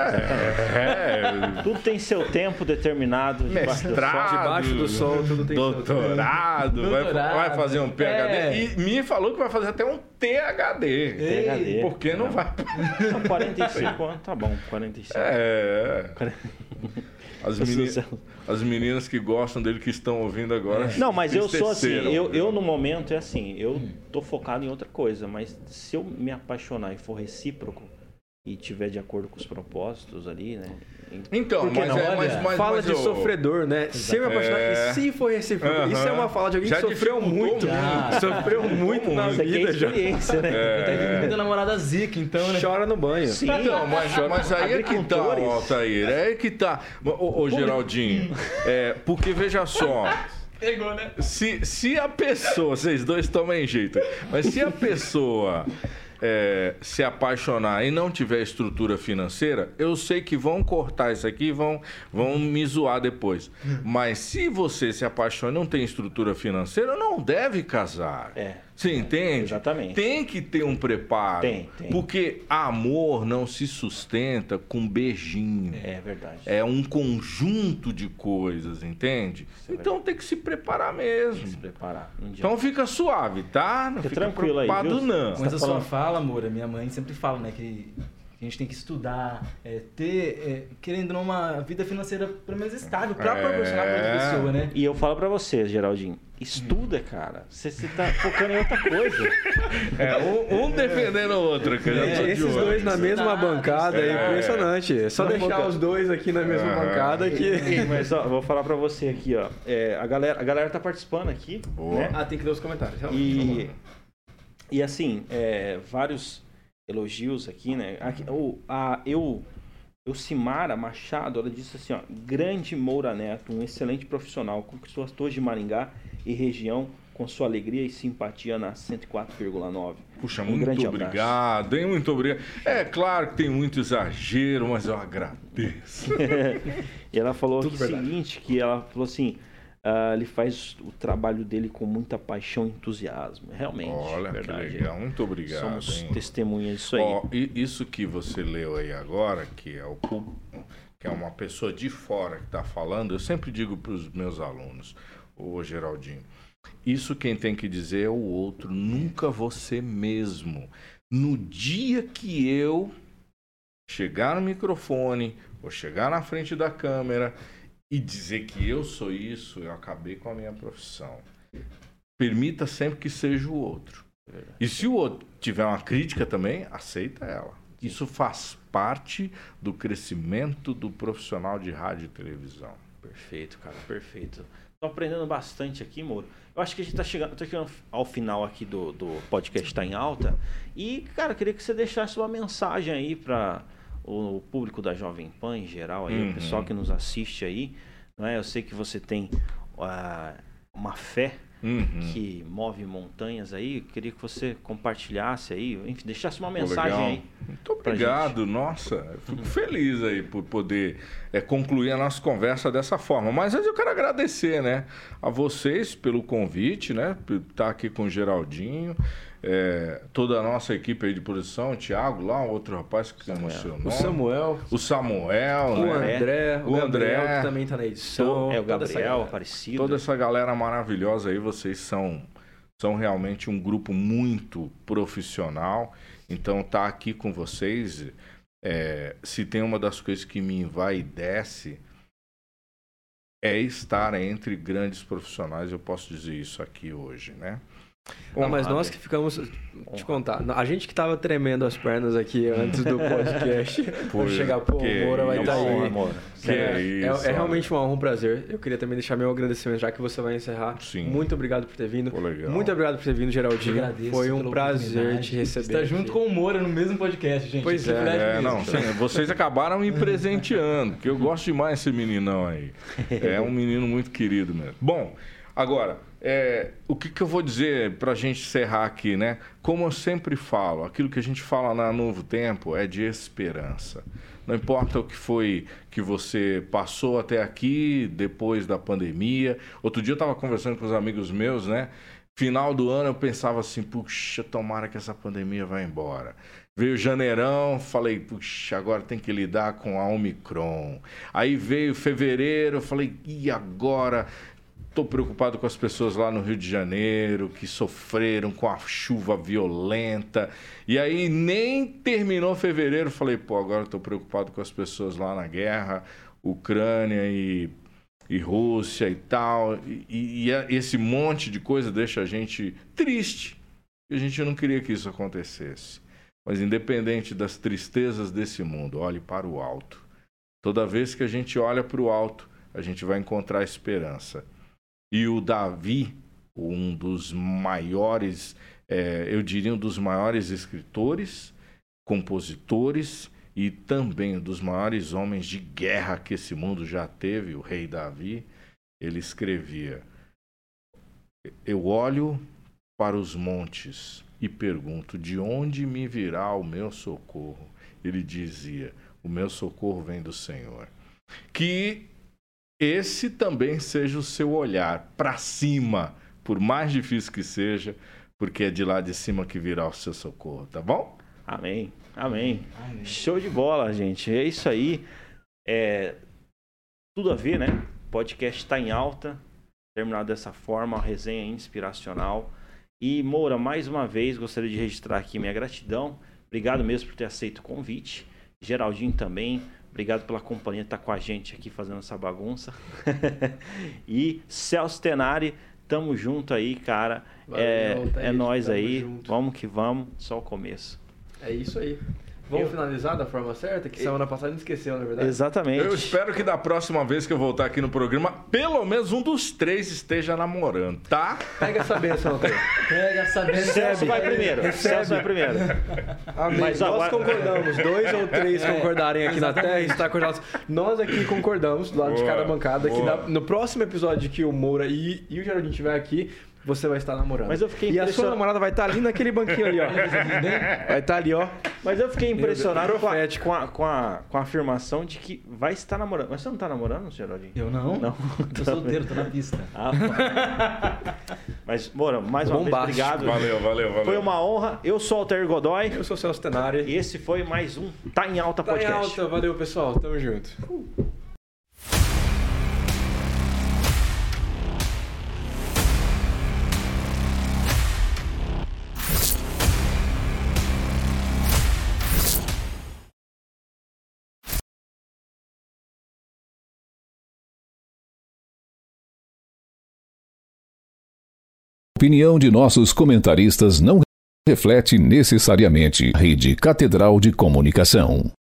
Tudo tem seu tempo determinado.
Debaixo do sol, tudo tem
doutorado, vai fazer um PhD. E me falou que vai fazer até um THD.
THD.
Por que não vai?
45 anos, tá bom. 45.
As meninas que gostam dele, que estão ouvindo agora.
Não, mas eu sou assim,
entristeceram.
eu no momento é assim, eu tô focado em outra coisa, mas se eu me apaixonar e for recíproco e tiver de acordo com os propósitos ali, né?
Então,
Por que não?
Fala de sofredor, né? Se eu me apaixonar, e se for recíproco? Isso é uma fala de alguém
Já
que sofreu muito. Sofreu muito na
Isso aqui é
vida já.
experiência, né?
Tá vivendo a namorada zica, então, né?
Chora no banho.
Sim.
Então, mas aí é que tá, Altair. É que tá. Ô Geraldinho, porque veja só.
Pegou, né?
Se a pessoa, vocês dois tomem jeito, mas se a pessoa se apaixonar e não tiver estrutura financeira, eu sei que vão cortar isso aqui e vão me zoar depois. Mas se você se apaixona e não tem estrutura financeira, não deve casar. Você entende?
Exatamente.
Tem que ter um preparo.
Tem.
Porque amor não se sustenta com beijinho.
É verdade.
É um conjunto de coisas, entende? Então tem que se preparar mesmo.
Tem que se preparar.
Então fica suave, tá? Não fica
tranquilo aí,
preocupado,
viu?
não.
Mas a sua fala, amor, a minha mãe sempre fala, né, que a gente tem que estudar, ter, querendo ou não, uma vida financeira pelo menos estável pra proporcionar pra outra pessoa, né?
E eu falo pra você, Geraldinho, estuda, cara. Você tá focando em outra coisa.
Um defendendo o outro. Que eu já tô de
Esses
olho.
dois na mesma bancada, é impressionante. É só deixar os dois aqui na mesma bancada que...
Mas ó, vou falar pra você aqui, ó. A galera tá participando aqui.
Boa.
Né?
tem que ler os comentários. realmente.
E assim, vários elogios aqui, né? Simara Machado, ela disse assim, ó, grande Moura Neto, um excelente profissional, conquistou as torres de Maringá e região com sua alegria e simpatia na 104,9.
Puxa,
Um
muito
grande
obrigado, hein? Muito obrigado. É claro que tem muito exagero, mas eu agradeço.
E ela falou
Tudo
o
verdade.
seguinte, que ela falou assim, ele faz o trabalho dele com muita paixão e entusiasmo. Realmente,
Olha,
verdade.
que legal. Muito obrigado.
Somos
hein?
testemunhas disso aí.
Ó, isso que você leu aí agora, que é uma pessoa de fora que está falando, eu sempre digo para os meus alunos, ô Geraldinho, isso quem tem que dizer é o outro, nunca você mesmo. No dia que eu chegar no microfone, ou chegar na frente da câmera e dizer que eu sou isso, eu acabei com a minha profissão. Permita sempre que seja o outro. E se o outro tiver uma crítica também, aceita ela. Isso faz parte do crescimento do profissional de rádio e televisão.
Perfeito, cara, perfeito. Tô aprendendo bastante aqui, Moura. Eu acho que a gente tá chegando ao final aqui do podcast Tá em Alta. E, cara, queria que você deixasse uma mensagem aí para o público da Jovem Pan em geral, aí, o pessoal que nos assiste aí. Não é? Eu sei que você tem uma fé que move montanhas aí. Eu queria que você compartilhasse aí, enfim, deixasse uma mensagem aí.
Muito obrigado, nossa, eu fico feliz aí por poder concluir a nossa conversa dessa forma. Mas antes eu quero agradecer, né, a vocês pelo convite, né, por estar aqui com o Geraldinho, toda a nossa equipe aí de produção, o Thiago lá, um outro rapaz que se emocionou. O Samuel,
o
né?
André,
o
Gabriel, que também tá na edição.
O Gabriel, Aparecido.
Toda essa galera maravilhosa aí, vocês são realmente um grupo muito profissional. Então, tá aqui com vocês, se tem uma das coisas que me envaidece, é estar entre grandes profissionais, eu posso dizer isso aqui hoje, né?
Mas nós que ficamos... Te contar, a gente que tava tremendo as pernas aqui antes do podcast, pra chegar, o Moura vai estar aí. É realmente uma honra, um prazer. Eu queria também deixar meu agradecimento, já que você vai encerrar.
Sim.
Muito obrigado por ter vindo.
Pô, legal.
Muito obrigado por ter vindo, Geraldinho.
Foi
um prazer te receber.
Estar junto com o Moura no mesmo podcast, gente.
Pois é.
Vocês acabaram me presenteando, porque eu gosto demais desse meninão aí. É um menino muito querido mesmo. Bom, agora... o que eu vou dizer para a gente encerrar aqui, né? Como eu sempre falo, aquilo que a gente fala na Novo Tempo é de esperança. Não importa o que foi que você passou até aqui, depois da pandemia. Outro dia eu estava conversando com os amigos meus, né? Final do ano eu pensava assim, puxa, tomara que essa pandemia vá embora. Veio janeirão, falei, puxa, agora tem que lidar com a Omicron. Aí veio fevereiro, eu falei, e agora... Estou preocupado com as pessoas lá no Rio de Janeiro, que sofreram com a chuva violenta. E aí nem terminou fevereiro, falei, agora estou preocupado com as pessoas lá na guerra, Ucrânia e Rússia e tal. E esse monte de coisa deixa a gente triste. A gente não queria que isso acontecesse. Mas independente das tristezas desse mundo, olhe para o alto. Toda vez que a gente olha para o alto, a gente vai encontrar esperança. E o Davi, um dos maiores, eu diria um dos maiores escritores, compositores e também um dos maiores homens de guerra que esse mundo já teve, o rei Davi, ele escrevia: eu olho para os montes e pergunto, de onde me virá o meu socorro? Ele dizia, o meu socorro vem do Senhor. Que esse também seja o seu olhar para cima, por mais difícil que seja, porque é de lá de cima que virá o seu socorro, tá bom?
Amém. Show de bola, gente. É isso aí. Tudo a ver, né? O podcast está em alta. Terminado dessa forma, uma resenha inspiracional. E, Moura, mais uma vez, gostaria de registrar aqui minha gratidão. Obrigado mesmo por ter aceito o convite. Geraldinho também. Obrigado pela companhia, estar com a gente aqui fazendo essa bagunça. E Celso Tenari, tamo junto aí, cara. Valeu, nóis aí. Junto. Vamos que vamos, só o começo.
É isso aí. Vamos finalizar da forma certa? Que semana passada a gente esqueceu, na verdade.
Exatamente.
Eu espero que da próxima vez que eu voltar aqui no programa, pelo menos um dos três esteja namorando, tá?
Pega essa benção, Antônio.
Pega essa benção.
Celso vai primeiro. Celso vai primeiro.
Amém. Mas nós concordamos. 2 ou 3 concordarem aqui na Terra, está acordado. Nós aqui concordamos, do lado de cada bancada, que no próximo episódio que o Moura e o Geraldinho estiver aqui, você vai estar namorando.
Mas eu fiquei
E a sua namorada vai estar ali naquele banquinho ali, ó. Vai estar ali, ó.
Mas eu fiquei impressionado com a afirmação de que vai estar namorando. Mas você não está namorando, Geraldinho?
Eu não.
Não.
Tô solteiro, tô na pista.
Mas, Moura, mais uma vez, obrigado.
Valeu.
Foi uma honra. Eu sou o Altair Godoy.
Eu sou o Celso Tenari.
E esse foi mais um Tá em Alta Podcast.
Tá em Alta. Valeu, pessoal. Tamo junto.
A opinião de nossos comentaristas não reflete necessariamente a Rede Catedral de Comunicação.